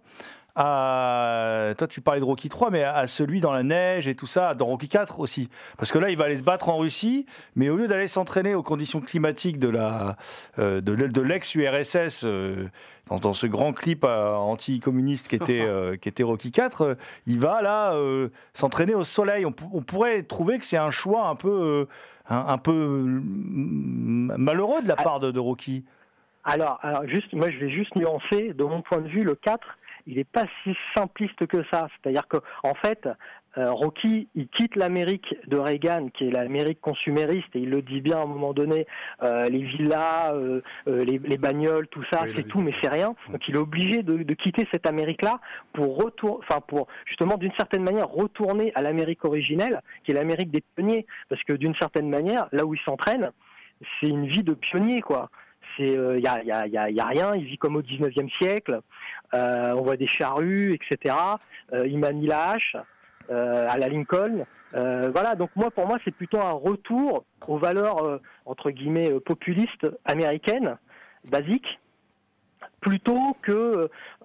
À, toi tu parlais de Rocky trois, mais à celui dans la neige et tout ça, dans Rocky quatre aussi. Parce que là, il va aller se battre en Russie, mais au lieu d'aller s'entraîner aux conditions climatiques de, la, euh, de, de l'ex-U R S S, euh, dans, dans ce grand clip euh, anti-communiste qui était, euh, qui était Rocky quatre, euh, il va là euh, s'entraîner au soleil. On, on pourrait trouver que c'est un choix un peu, euh, un, un peu malheureux de la part de, de Rocky. Alors, alors juste, moi je vais juste nuancer, de mon point de vue, le quatre, il n'est pas si simpliste que ça. C'est-à-dire que, en fait, euh, Rocky, il quitte l'Amérique de Reagan, qui est l'Amérique consumériste, et il le dit bien à un moment donné, euh, les villas, euh, euh, les, les bagnoles, tout ça, oui, c'est tout, mais c'est rien. Donc il est obligé de, de quitter cette Amérique-là pour retour, enfin pour justement d'une certaine manière retourner à l'Amérique originelle, qui est l'Amérique des pionniers, parce que d'une certaine manière, là où il s'entraîne, c'est une vie de pionnier, quoi. Il euh, n'y a, y a, y a, y a rien, il vit comme au dix-neuvième siècle, euh, on voit des charrues, et cetera. Euh, il manie la hache euh, à la Lincoln. Euh, voilà, donc moi, pour moi, c'est plutôt un retour aux valeurs, euh, entre guillemets, populistes américaines, basiques, plutôt que,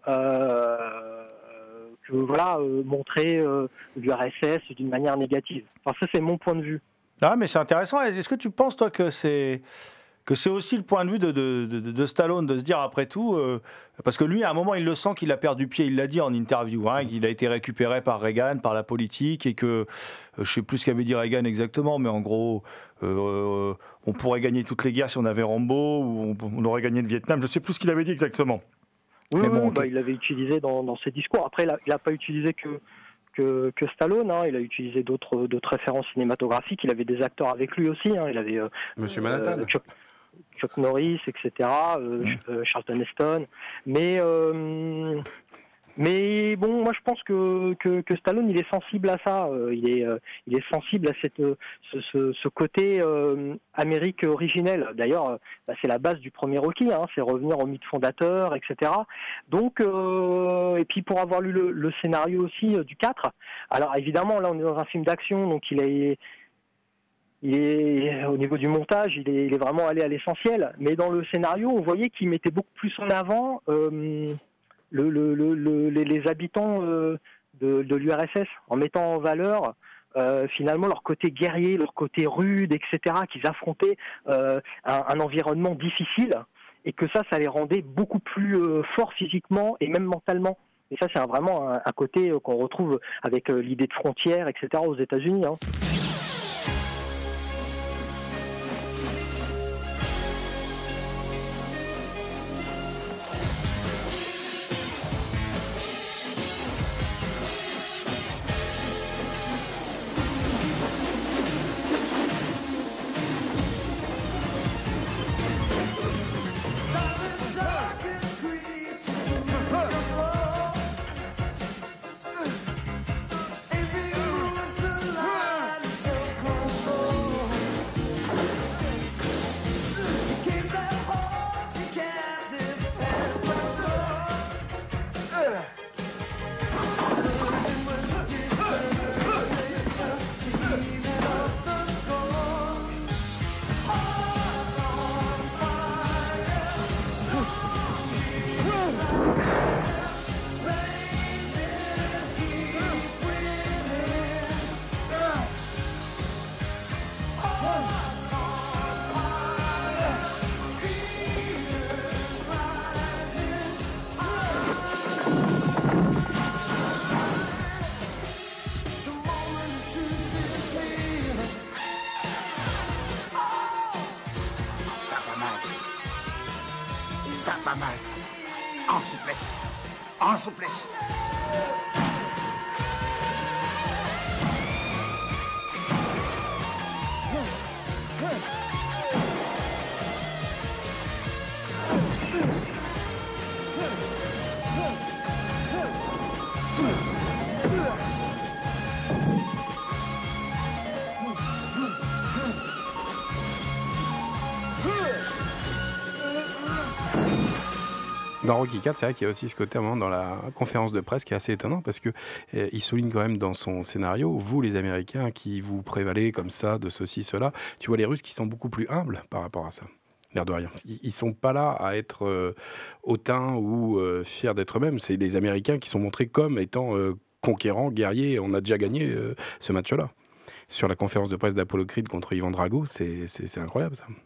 euh, que voilà, euh, montrer euh, l'U R S S d'une manière négative. Enfin, ça, c'est mon point de vue. Ah, mais c'est intéressant. Est-ce que tu penses, toi, que c'est... que c'est aussi le point de vue de, de, de, de Stallone, de se dire après tout, euh, parce que lui, à un moment, il le sent qu'il a perdu pied, il l'a dit en interview, hein, qu'il a été récupéré par Reagan, par la politique, et que, euh, je ne sais plus ce qu'avait dit Reagan exactement, mais en gros, euh, on pourrait gagner toutes les guerres si on avait Rambo, ou on, on aurait gagné le Vietnam, je ne sais plus ce qu'il avait dit exactement. Oui, mais oui bon, bah, okay. il l'avait utilisé dans, dans ses discours. Après, il n'a pas utilisé que... Que, que Stallone, hein. Il a utilisé d'autres, d'autres références cinématographiques, il avait des acteurs avec lui aussi, hein. Il avait euh, Monsieur Manhattan. Euh, Chuck, Chuck Norris, et cetera, euh, mmh. euh, Charlton Heston, mais, euh, mais bon, moi je pense que, que, que Stallone, il est sensible à ça, euh, il, est, euh, il est sensible à cette, ce, ce, ce côté euh, Amérique originelle. D'ailleurs, bah, c'est la base du premier Rocky, hein, c'est revenir au mythe fondateur, et cetera. Donc, euh, et puis pour avoir lu le, le scénario aussi euh, du quatre, alors évidemment, là on est dans un film d'action, donc il est... Il est, au niveau du montage, il est, il est vraiment allé à l'essentiel. Mais dans le scénario, on voyait qu'il mettait beaucoup plus en avant euh, le, le, le, le, les, les habitants euh, de, de l'U R S S, en mettant en valeur euh, finalement leur côté guerrier, leur côté rude, et cetera, qu'ils affrontaient euh, un, un environnement difficile, et que ça, ça les rendait beaucoup plus euh, forts physiquement et même mentalement. Et ça, c'est un, vraiment un, un côté euh, qu'on retrouve avec euh, l'idée de frontières, et cetera aux États-Unis. Hein. Pas mal. En souplesse. En souplesse. Dans Rocky quatre, c'est vrai qu'il y a aussi ce côté moment dans la conférence de presse qui est assez étonnant parce que euh, il souligne quand même dans son scénario, vous les Américains qui vous prévalez comme ça de ceci, cela, tu vois les Russes qui sont beaucoup plus humbles par rapport à ça. L'air de rien. Ils, ils sont pas là à être euh, hautains ou euh, fiers d'être eux-mêmes. C'est les Américains qui sont montrés comme étant euh, conquérants, guerriers. On a déjà gagné euh, ce match-là. Sur la conférence de presse d'Apollo Creed contre Ivan Drago, c'est, c'est, c'est incroyable ça.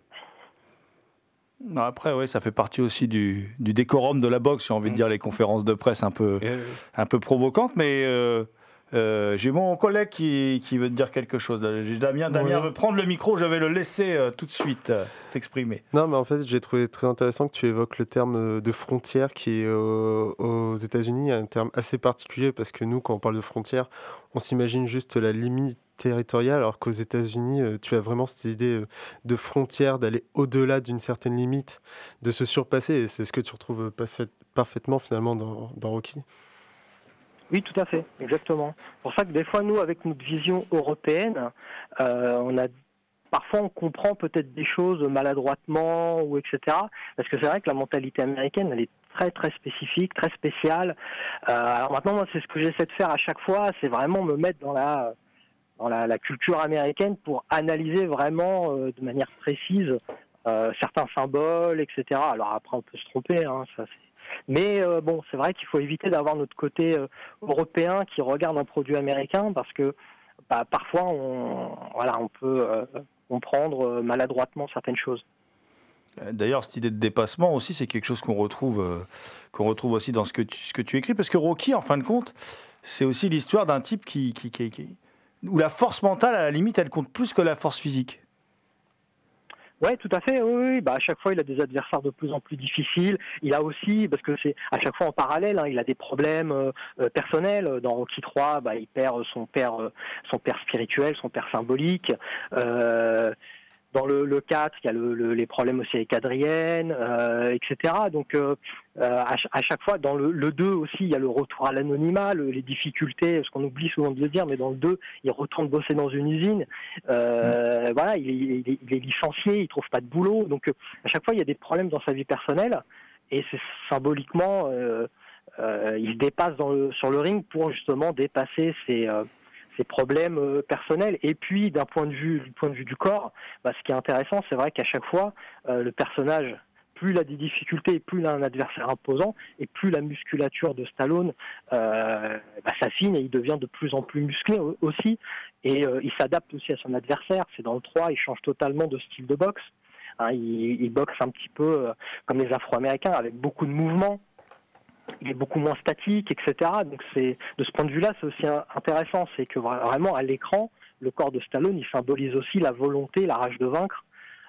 Non, après, oui, ça fait partie aussi du, du décorum de la boxe, j'ai envie de dire, les conférences de presse un peu, Et... un peu provocantes, mais euh, euh, j'ai mon collègue qui, qui veut te dire quelque chose. Damien, Damien Oui. veut prendre le micro, je vais le laisser euh, tout de suite euh, s'exprimer. Non, mais en fait, j'ai trouvé très intéressant que tu évoques le terme de frontière qui est euh, aux États-Unis un terme assez particulier parce que nous, quand on parle de frontière, on s'imagine juste la limite territoriale, alors qu'aux États-Unis, euh, tu as vraiment cette idée euh, de frontière, d'aller au-delà d'une certaine limite, de se surpasser, et c'est ce que tu retrouves parfait, parfaitement finalement dans, dans Rocky. Oui, tout à fait, exactement. C'est pour ça que des fois, nous, avec notre vision européenne, euh, on a parfois on comprend peut-être des choses maladroitement ou et cetera. Parce que c'est vrai que la mentalité américaine, elle est très très spécifique, très spéciale. Euh, alors maintenant, moi, c'est ce que j'essaie de faire à chaque fois, c'est vraiment me mettre dans la dans la, la culture américaine pour analyser vraiment euh, de manière précise euh, certains symboles, et cetera. Alors après, on peut se tromper, hein, ça c'est... Mais euh, bon, c'est vrai qu'il faut éviter d'avoir notre côté euh, européen qui regarde un produit américain parce que bah, parfois, on, voilà, on peut euh, comprendre maladroitement certaines choses. D'ailleurs, cette idée de dépassement aussi, c'est quelque chose qu'on retrouve, euh, qu'on retrouve aussi dans ce que, tu, ce que tu écris, parce que Rocky, en fin de compte, c'est aussi l'histoire d'un type qui, qui, qui, qui, où la force mentale, à la limite, elle compte plus que la force physique. Oui, tout à fait. Oui, oui. Bah, à chaque fois, il a des adversaires de plus en plus difficiles. Il a aussi, parce que c'est à chaque fois en parallèle, hein, il a des problèmes euh, personnels. Dans Rocky trois, bah, il perd son père, euh, son père spirituel, son père symbolique. Euh, dans le, le quatre, il y a le, le, les problèmes aussi avec Adrienne, euh, et cetera. Donc, euh, à, à chaque fois, dans le, le deux aussi, il y a le retour à l'anonymat, le, les difficultés, ce qu'on oublie souvent de le dire, mais dans le deux, il retourne bosser dans une usine. Euh, mmh. Voilà, il est, il, est, il est licencié, il trouve pas de boulot. Donc, à chaque fois, il y a des problèmes dans sa vie personnelle, et c'est symboliquement, euh, euh, il se dépasse dans le, sur le ring pour justement dépasser ses... Euh, Des problèmes euh, personnels. Et puis, d'un point de vue, du point de vue du corps, bah, ce qui est intéressant, c'est vrai qu'à chaque fois, euh, le personnage plus il a des difficultés, et plus il a un adversaire imposant, et plus la musculature de Stallone euh, bah, s'affine et il devient de plus en plus musclé aussi. Et euh, il s'adapte aussi à son adversaire. C'est dans le trois, il change totalement de style de boxe. Hein, il, il boxe un petit peu euh, comme les Afro-Américains, avec beaucoup de mouvements. Il est beaucoup moins statique, et cetera. Donc c'est, de ce point de vue-là, c'est aussi intéressant. C'est que vraiment, à l'écran, le corps de Stallone, il symbolise aussi la volonté, la rage de vaincre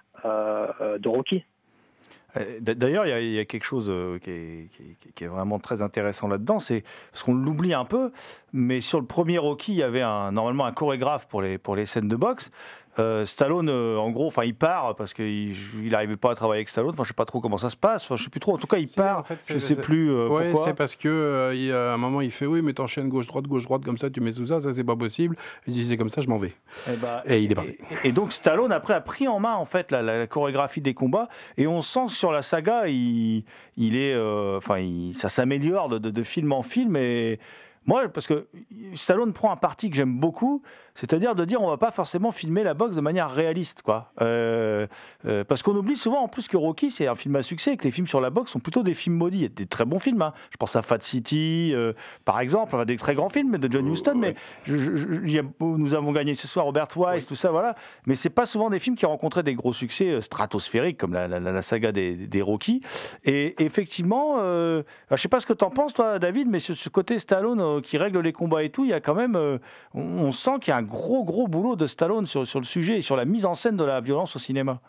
euh, de Rocky. D'ailleurs, il y, y a quelque chose qui est, qui, est, qui est vraiment très intéressant là-dedans, c'est parce qu'on l'oublie un peu, mais sur le premier Rocky, il y avait un, normalement un chorégraphe pour les, pour les scènes de boxe. Euh, Stallone, euh, en gros, enfin, il part parce qu'il n'arrivait pas à travailler avec Stallone. Enfin, je sais pas trop comment ça se passe. Enfin, je sais plus trop. En tout cas, il si, part. En fait, je sais plus euh, ouais, pourquoi. C'est parce que euh, il, à un moment, il fait oui, mais t'enchaînes gauche droite, gauche droite comme ça, tu mets tout ça, ça c'est pas possible. Il dit c'est comme ça, je m'en vais. Et, bah, et il est parti. Et, et donc Stallone après a pris en main en fait la, la, la chorégraphie des combats et on sent que sur la saga, il, il est, enfin, euh, ça s'améliore de, de, de film en film et moi, parce que Stallone prend un parti que j'aime beaucoup, c'est-à-dire de dire on va pas forcément filmer la boxe de manière réaliste, quoi. Euh, euh, parce qu'on oublie souvent en plus que Rocky c'est un film à succès et que les films sur la boxe sont plutôt des films maudits. Il y a des très bons films, hein. Je pense à Fat City, euh, par exemple, enfin, des très grands films de John Huston. Euh, ouais. Mais je, je, je, a, nous avons gagné ce soir Robert Wise, ouais. Tout ça, voilà. Mais c'est pas souvent des films qui rencontraient des gros succès stratosphériques comme la, la, la saga des, des Rocky. Et effectivement, euh, alors, je sais pas ce que t'en penses toi, David, mais ce, ce côté Stallone euh, qui règle les combats et tout, il y a quand même, euh, on, on sent qu'il y a un gros gros boulot de Stallone sur, sur le sujet et sur la mise en scène de la violence au cinéma.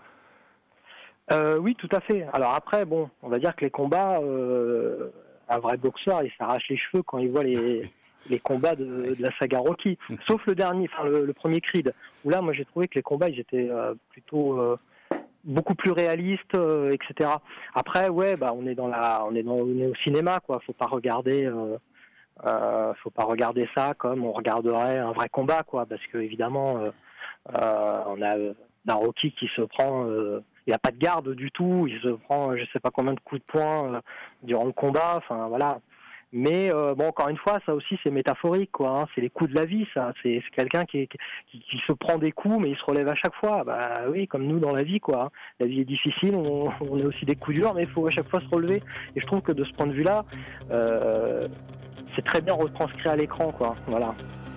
Euh, oui, tout à fait. Alors après, bon, on va dire que les combats, euh, un vrai boxeur, il s'arrache les cheveux quand il voit les, les combats de, de la saga Rocky. Sauf le dernier, enfin le, le premier Creed, où là, moi j'ai trouvé que les combats, ils étaient euh, plutôt euh, beaucoup plus réalistes, euh, et cetera. Après, ouais, bah on est dans la, on est dans, on est au cinéma, quoi. Faut pas regarder. Euh, Euh, faut pas regarder ça comme on regarderait un vrai combat, quoi, parce que évidemment, euh, euh, on a un Rocky qui se prend, euh, il n'y a pas de garde du tout, il se prend, je sais pas combien de coups de poing euh, durant le combat, enfin voilà. Mais euh, bon, encore une fois, ça aussi c'est métaphorique, quoi. Hein, c'est les coups de la vie, ça. C'est, c'est quelqu'un qui, est, qui, qui se prend des coups, mais il se relève à chaque fois. Bah oui, comme nous dans la vie, quoi. Hein. La vie est difficile, on, on a aussi des coups durs, mais il faut à chaque fois se relever. Et je trouve que de ce point de vue-là, euh, c'est très bien retranscrit à l'écran, quoi. Voilà.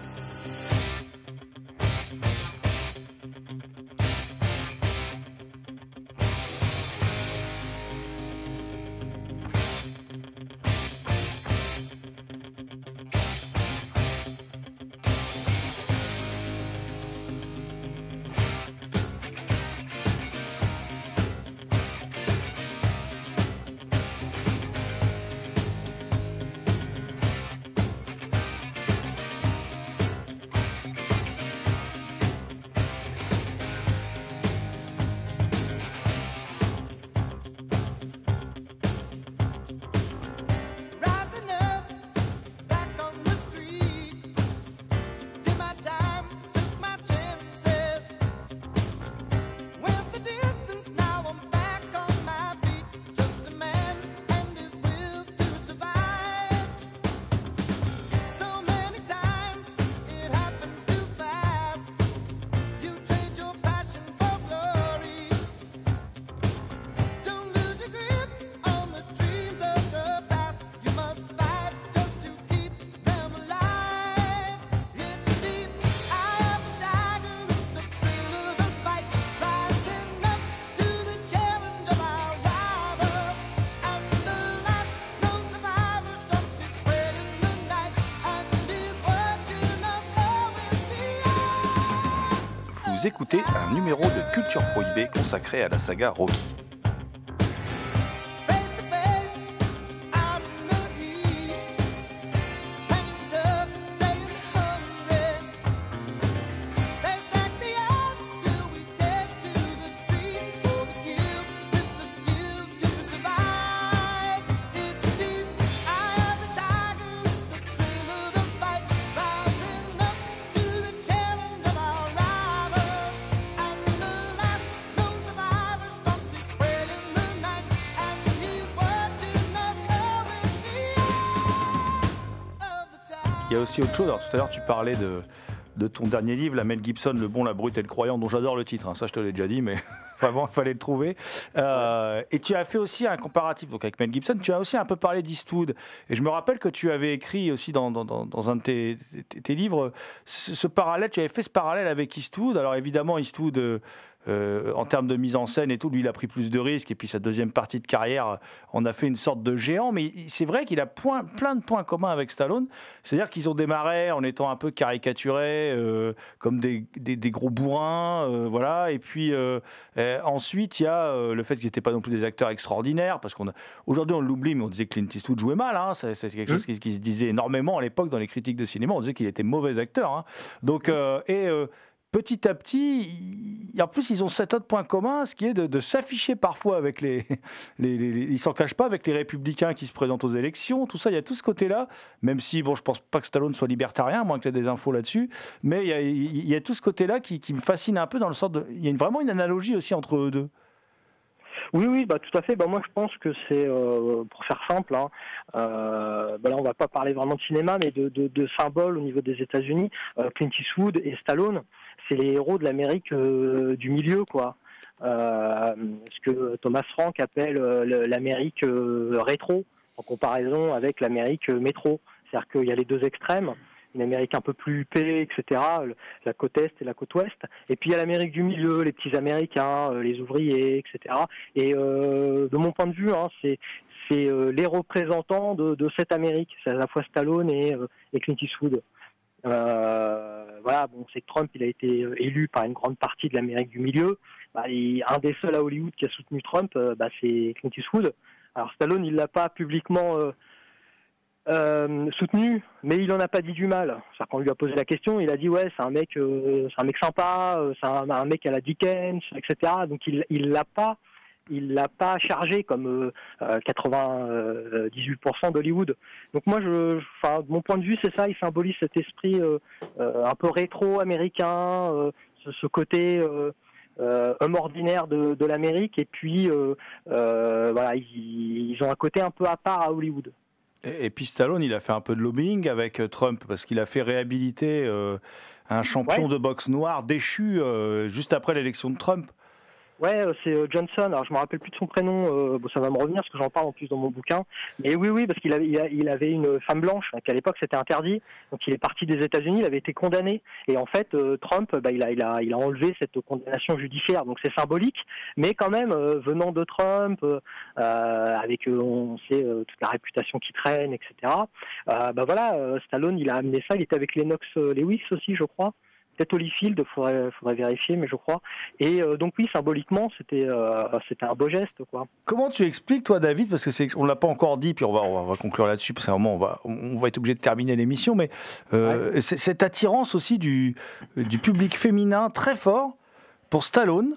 Vous écoutez un numéro de Culture Prohibée consacré à la saga Rocky. Il y a aussi autre chose. Alors, tout à l'heure, tu parlais de, de ton dernier livre, la Mel Gibson, Le bon, la brute et le croyant, dont j'adore le titre. Hein. Ça, je te l'ai déjà dit, mais Vraiment, il fallait le trouver. Euh, et tu as fait aussi un comparatif donc avec Mel Gibson. Tu as aussi un peu parlé d'Eastwood. Et je me rappelle que tu avais écrit aussi dans, dans, dans, dans un de tes, tes, tes livres ce, ce parallèle. Tu avais fait ce parallèle avec Eastwood. Alors évidemment, Eastwood, euh, euh, en termes de mise en scène et tout, lui, il a pris plus de risques. Et puis sa deuxième partie de carrière, on a fait une sorte de géant. Mais c'est vrai qu'il a point, plein de points communs avec Stallone. C'est-à-dire qu'ils ont démarré en étant un peu caricaturés, euh, comme des, des, des gros bourrins, euh, voilà. Et puis euh, euh, ensuite, il y a euh, le fait qu'ils n'étaient pas non plus des acteurs extraordinaires, parce qu'on a, aujourd'hui on l'oublie, mais on disait que Clint Eastwood jouait mal. Hein, c'est, c'est quelque chose mmh. qui, qui se disait énormément à l'époque dans les critiques de cinéma. On disait qu'il était mauvais acteur. Hein. Donc euh, et euh, petit à petit, il, en plus, ils ont cet autre point commun, ce qui est de, de s'afficher parfois avec les, les, les, les... Ils s'en cachent pas avec les républicains qui se présentent aux élections, tout ça, il y a tout ce côté-là, même si, bon, je pense pas que Stallone soit libertarien, moins qu'il y ait des infos là-dessus, mais il y a, il y a tout ce côté-là qui, qui me fascine un peu dans le sens de... Il y a une, vraiment une analogie aussi entre eux deux. Oui, oui, bah, tout à fait. Bah, moi, je pense que c'est, euh, pour faire simple, hein, euh, bah, là, on va pas parler vraiment de cinéma, mais de, de, de symboles au niveau des États-Unis. Euh, Clint Eastwood et Stallone, c'est les héros de l'Amérique euh, du milieu, quoi. Euh, ce que Thomas Frank appelle euh, l'Amérique euh, rétro, en comparaison avec l'Amérique euh, métro. C'est-à-dire qu'il y a les deux extrêmes. Une Amérique un peu plus huppée, et cetera, la côte Est et la côte Ouest. Et puis il y a l'Amérique du milieu, les petits Américains, les ouvriers, et cetera. Et euh, de mon point de vue, hein, c'est, c'est euh, les représentants de, de cette Amérique. C'est à la fois Stallone et, euh, et Clint Eastwood. Euh, voilà, bon, c'est que Trump, il a été élu par une grande partie de l'Amérique du milieu. Bah, il, un des seuls à Hollywood qui a soutenu Trump, euh, bah, c'est Clint Eastwood. Alors Stallone, il l'a pas publiquement... Euh, Euh, soutenu, mais il en a pas dit du mal. C'est-à-dire qu'on lui a posé la question, il a dit ouais, c'est un mec, euh, c'est un mec sympa, euh, c'est un, un mec à la Dickens, et cetera. Donc il, il l'a pas, il l'a pas chargé comme euh, quatre-vingt-dix-huit pour cent d'Hollywood. Donc moi, je, enfin, de mon point de vue, c'est ça, il symbolise cet esprit euh, euh, un peu rétro-américain, euh, ce, ce côté. Euh, Euh, homme ordinaire de, de l'Amérique, et puis euh, euh, voilà, ils, ils ont un côté un peu à part à Hollywood. Et, et puis Stallone, il a fait un peu de lobbying avec Trump, parce qu'il a fait réhabiliter euh, un champion ouais. de boxe noir déchu euh, juste après l'élection de Trump. Ouais, c'est Johnson. Alors je me rappelle plus de son prénom. Euh, bon, ça va me revenir parce que j'en parle en plus dans mon bouquin. Mais oui, oui, parce qu'il avait, il avait une femme blanche qu'à l'époque c'était interdit. Donc il est parti des États-Unis, il avait été condamné. Et en fait, euh, Trump, bah, il a, il a, il a enlevé cette condamnation judiciaire. Donc c'est symbolique, mais quand même euh, venant de Trump, euh, avec euh, on sait euh, toute la réputation qui traîne, et cetera. Euh, bah voilà, euh, Stallone, il a amené ça. Il était avec Lennox Lewis aussi, je crois. Peut-être Holyfield, il faudrait, faudrait vérifier, mais je crois. Et euh, donc oui, symboliquement, c'était, euh, c'était un beau geste, quoi. Comment tu expliques, toi, David, parce que c'est, on l'a pas encore dit, puis on va, on va, on va conclure là-dessus, parce qu'à un moment, on va, on va être obligé de terminer l'émission, mais euh, ouais. c'est, cette attirance aussi du, du public féminin très fort pour Stallone.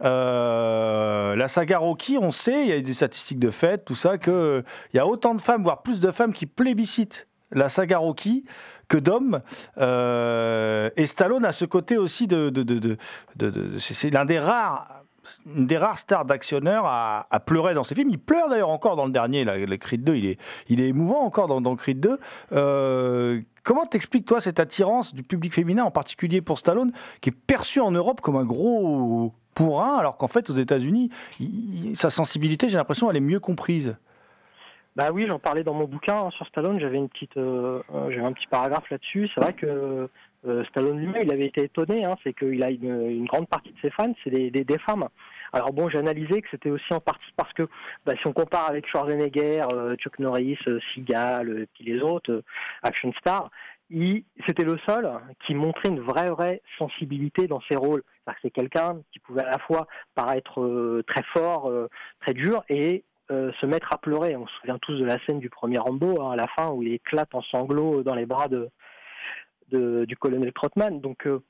Euh, la saga Rocky, on sait, il y a des statistiques de fait, tout ça, qu'il y a autant de femmes, voire plus de femmes qui plébiscitent la saga Rocky que d'hommes. Euh, et Stallone a ce côté aussi de... de, de, de, de, de c'est, c'est l'un des rares... une des rares stars d'actionneurs à, à pleurer dans ses films. Il pleure d'ailleurs encore dans le dernier, là, le Creed deux, il est, il est émouvant encore dans, dans Creed deux. Euh, comment t'expliques, toi, cette attirance du public féminin, en particulier pour Stallone, qui est perçu en Europe comme un gros bourrin, alors qu'en fait, aux États-Unis, il, sa sensibilité, j'ai l'impression, elle est mieux comprise. Bah oui, j'en parlais dans mon bouquin hein, sur Stallone, j'avais une petite, euh, j'avais un petit paragraphe là-dessus. C'est vrai que euh, Stallone lui-même, il avait été étonné, hein, c'est qu'il a une, une grande partie de ses fans, c'est des, des, des femmes. Alors bon, j'ai analysé que c'était aussi en partie parce que bah, si on compare avec Schwarzenegger, euh, Chuck Norris, euh, Seagal, et puis les autres euh, action stars, il, c'était le seul qui montrait une vraie, vraie sensibilité dans ses rôles. C'est-à-dire que c'est quelqu'un qui pouvait à la fois paraître euh, très fort, euh, très dur, et Euh, se mettre à pleurer. On se souvient tous de la scène du premier Rambo, hein, à la fin, où il éclate en sanglots dans les bras de, de, du colonel Trotman. Donc euh,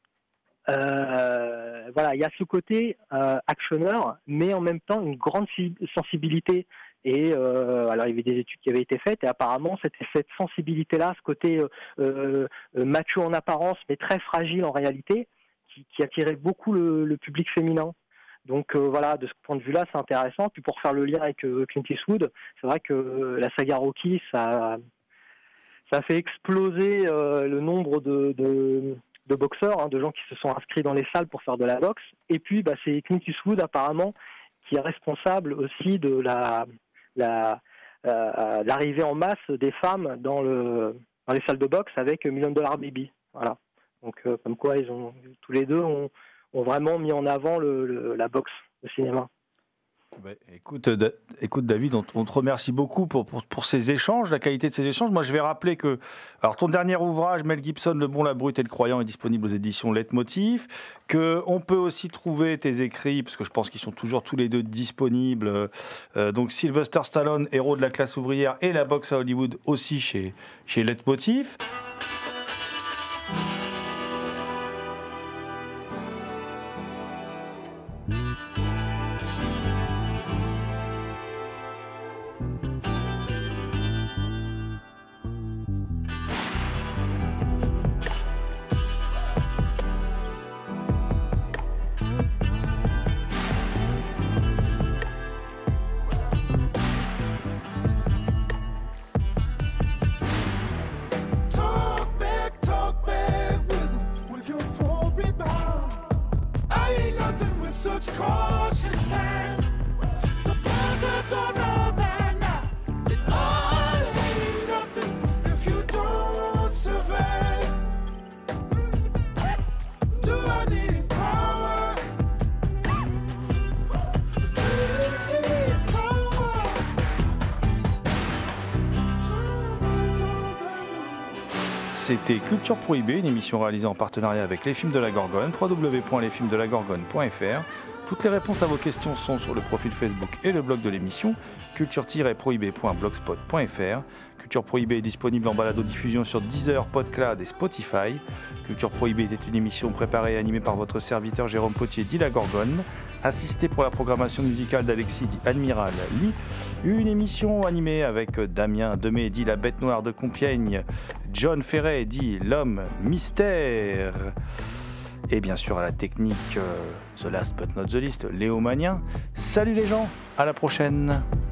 euh, voilà, il y a ce côté euh, actionneur, mais en même temps une grande sensibilité. Et euh, alors il y avait des études qui avaient été faites, et apparemment c'était cette sensibilité-là, ce côté euh, euh, macho en apparence, mais très fragile en réalité, qui, qui attirait beaucoup le, le public féminin. Donc euh, voilà, de ce point de vue-là, c'est intéressant. Puis pour faire le lien avec euh, Clint Eastwood, c'est vrai que euh, la saga Rocky, ça, ça a fait exploser euh, le nombre de, de, de boxeurs, hein, de gens qui se sont inscrits dans les salles pour faire de la boxe. Et puis, bah, c'est Clint Eastwood, apparemment, qui est responsable aussi de la, la, euh, l'arrivée en masse des femmes dans, le, dans les salles de boxe avec Million Dollar Baby. Voilà. Donc, euh, comme quoi, ils ont, tous les deux ont, ont vraiment mis en avant le, le, la boxe, le cinéma. Bah, écoute, da- écoute David, on, on te remercie beaucoup pour, pour, pour ces échanges, la qualité de ces échanges. Moi, je vais rappeler que alors, ton dernier ouvrage, Mel Gibson, Le Bon, la Brute et le Croyant, est disponible aux éditions Leitmotiv, qu'on peut aussi trouver tes écrits, parce que je pense qu'ils sont toujours tous les deux disponibles. Euh, donc Sylvester Stallone, héros de la classe ouvrière, et la boxe à Hollywood aussi chez, chez Leitmotiv. Talk back, talk back with, with your full rebound. I ain't nothing with such cautious time. The buzzards are no man now. It all ain't nothing if you don't survive. Do I need power? Do I need power? C'était Culture Prohibée, une émission réalisée en partenariat avec Les Films de la Gorgone, w w w point les films de la gorgone point f r. Toutes les réponses à vos questions sont sur le profil Facebook et le blog de l'émission, culture tiret prohibée point blogspot point f r. Culture Prohibée est disponible en balado-diffusion sur Deezer, PodCloud et Spotify. Culture Prohibée était une émission préparée et animée par votre serviteur Jérôme Potier, dit La Gorgone, assisté pour la programmation musicale d'Alexis, dit Admiral Lee. Une émission animée avec Damien Demey, dit La Bête Noire de Compiègne, John Ferret, dit L'Homme Mystère. Et bien sûr à la technique, euh, The Last But Not The Least, Léo Magnien. Salut les gens, à la prochaine.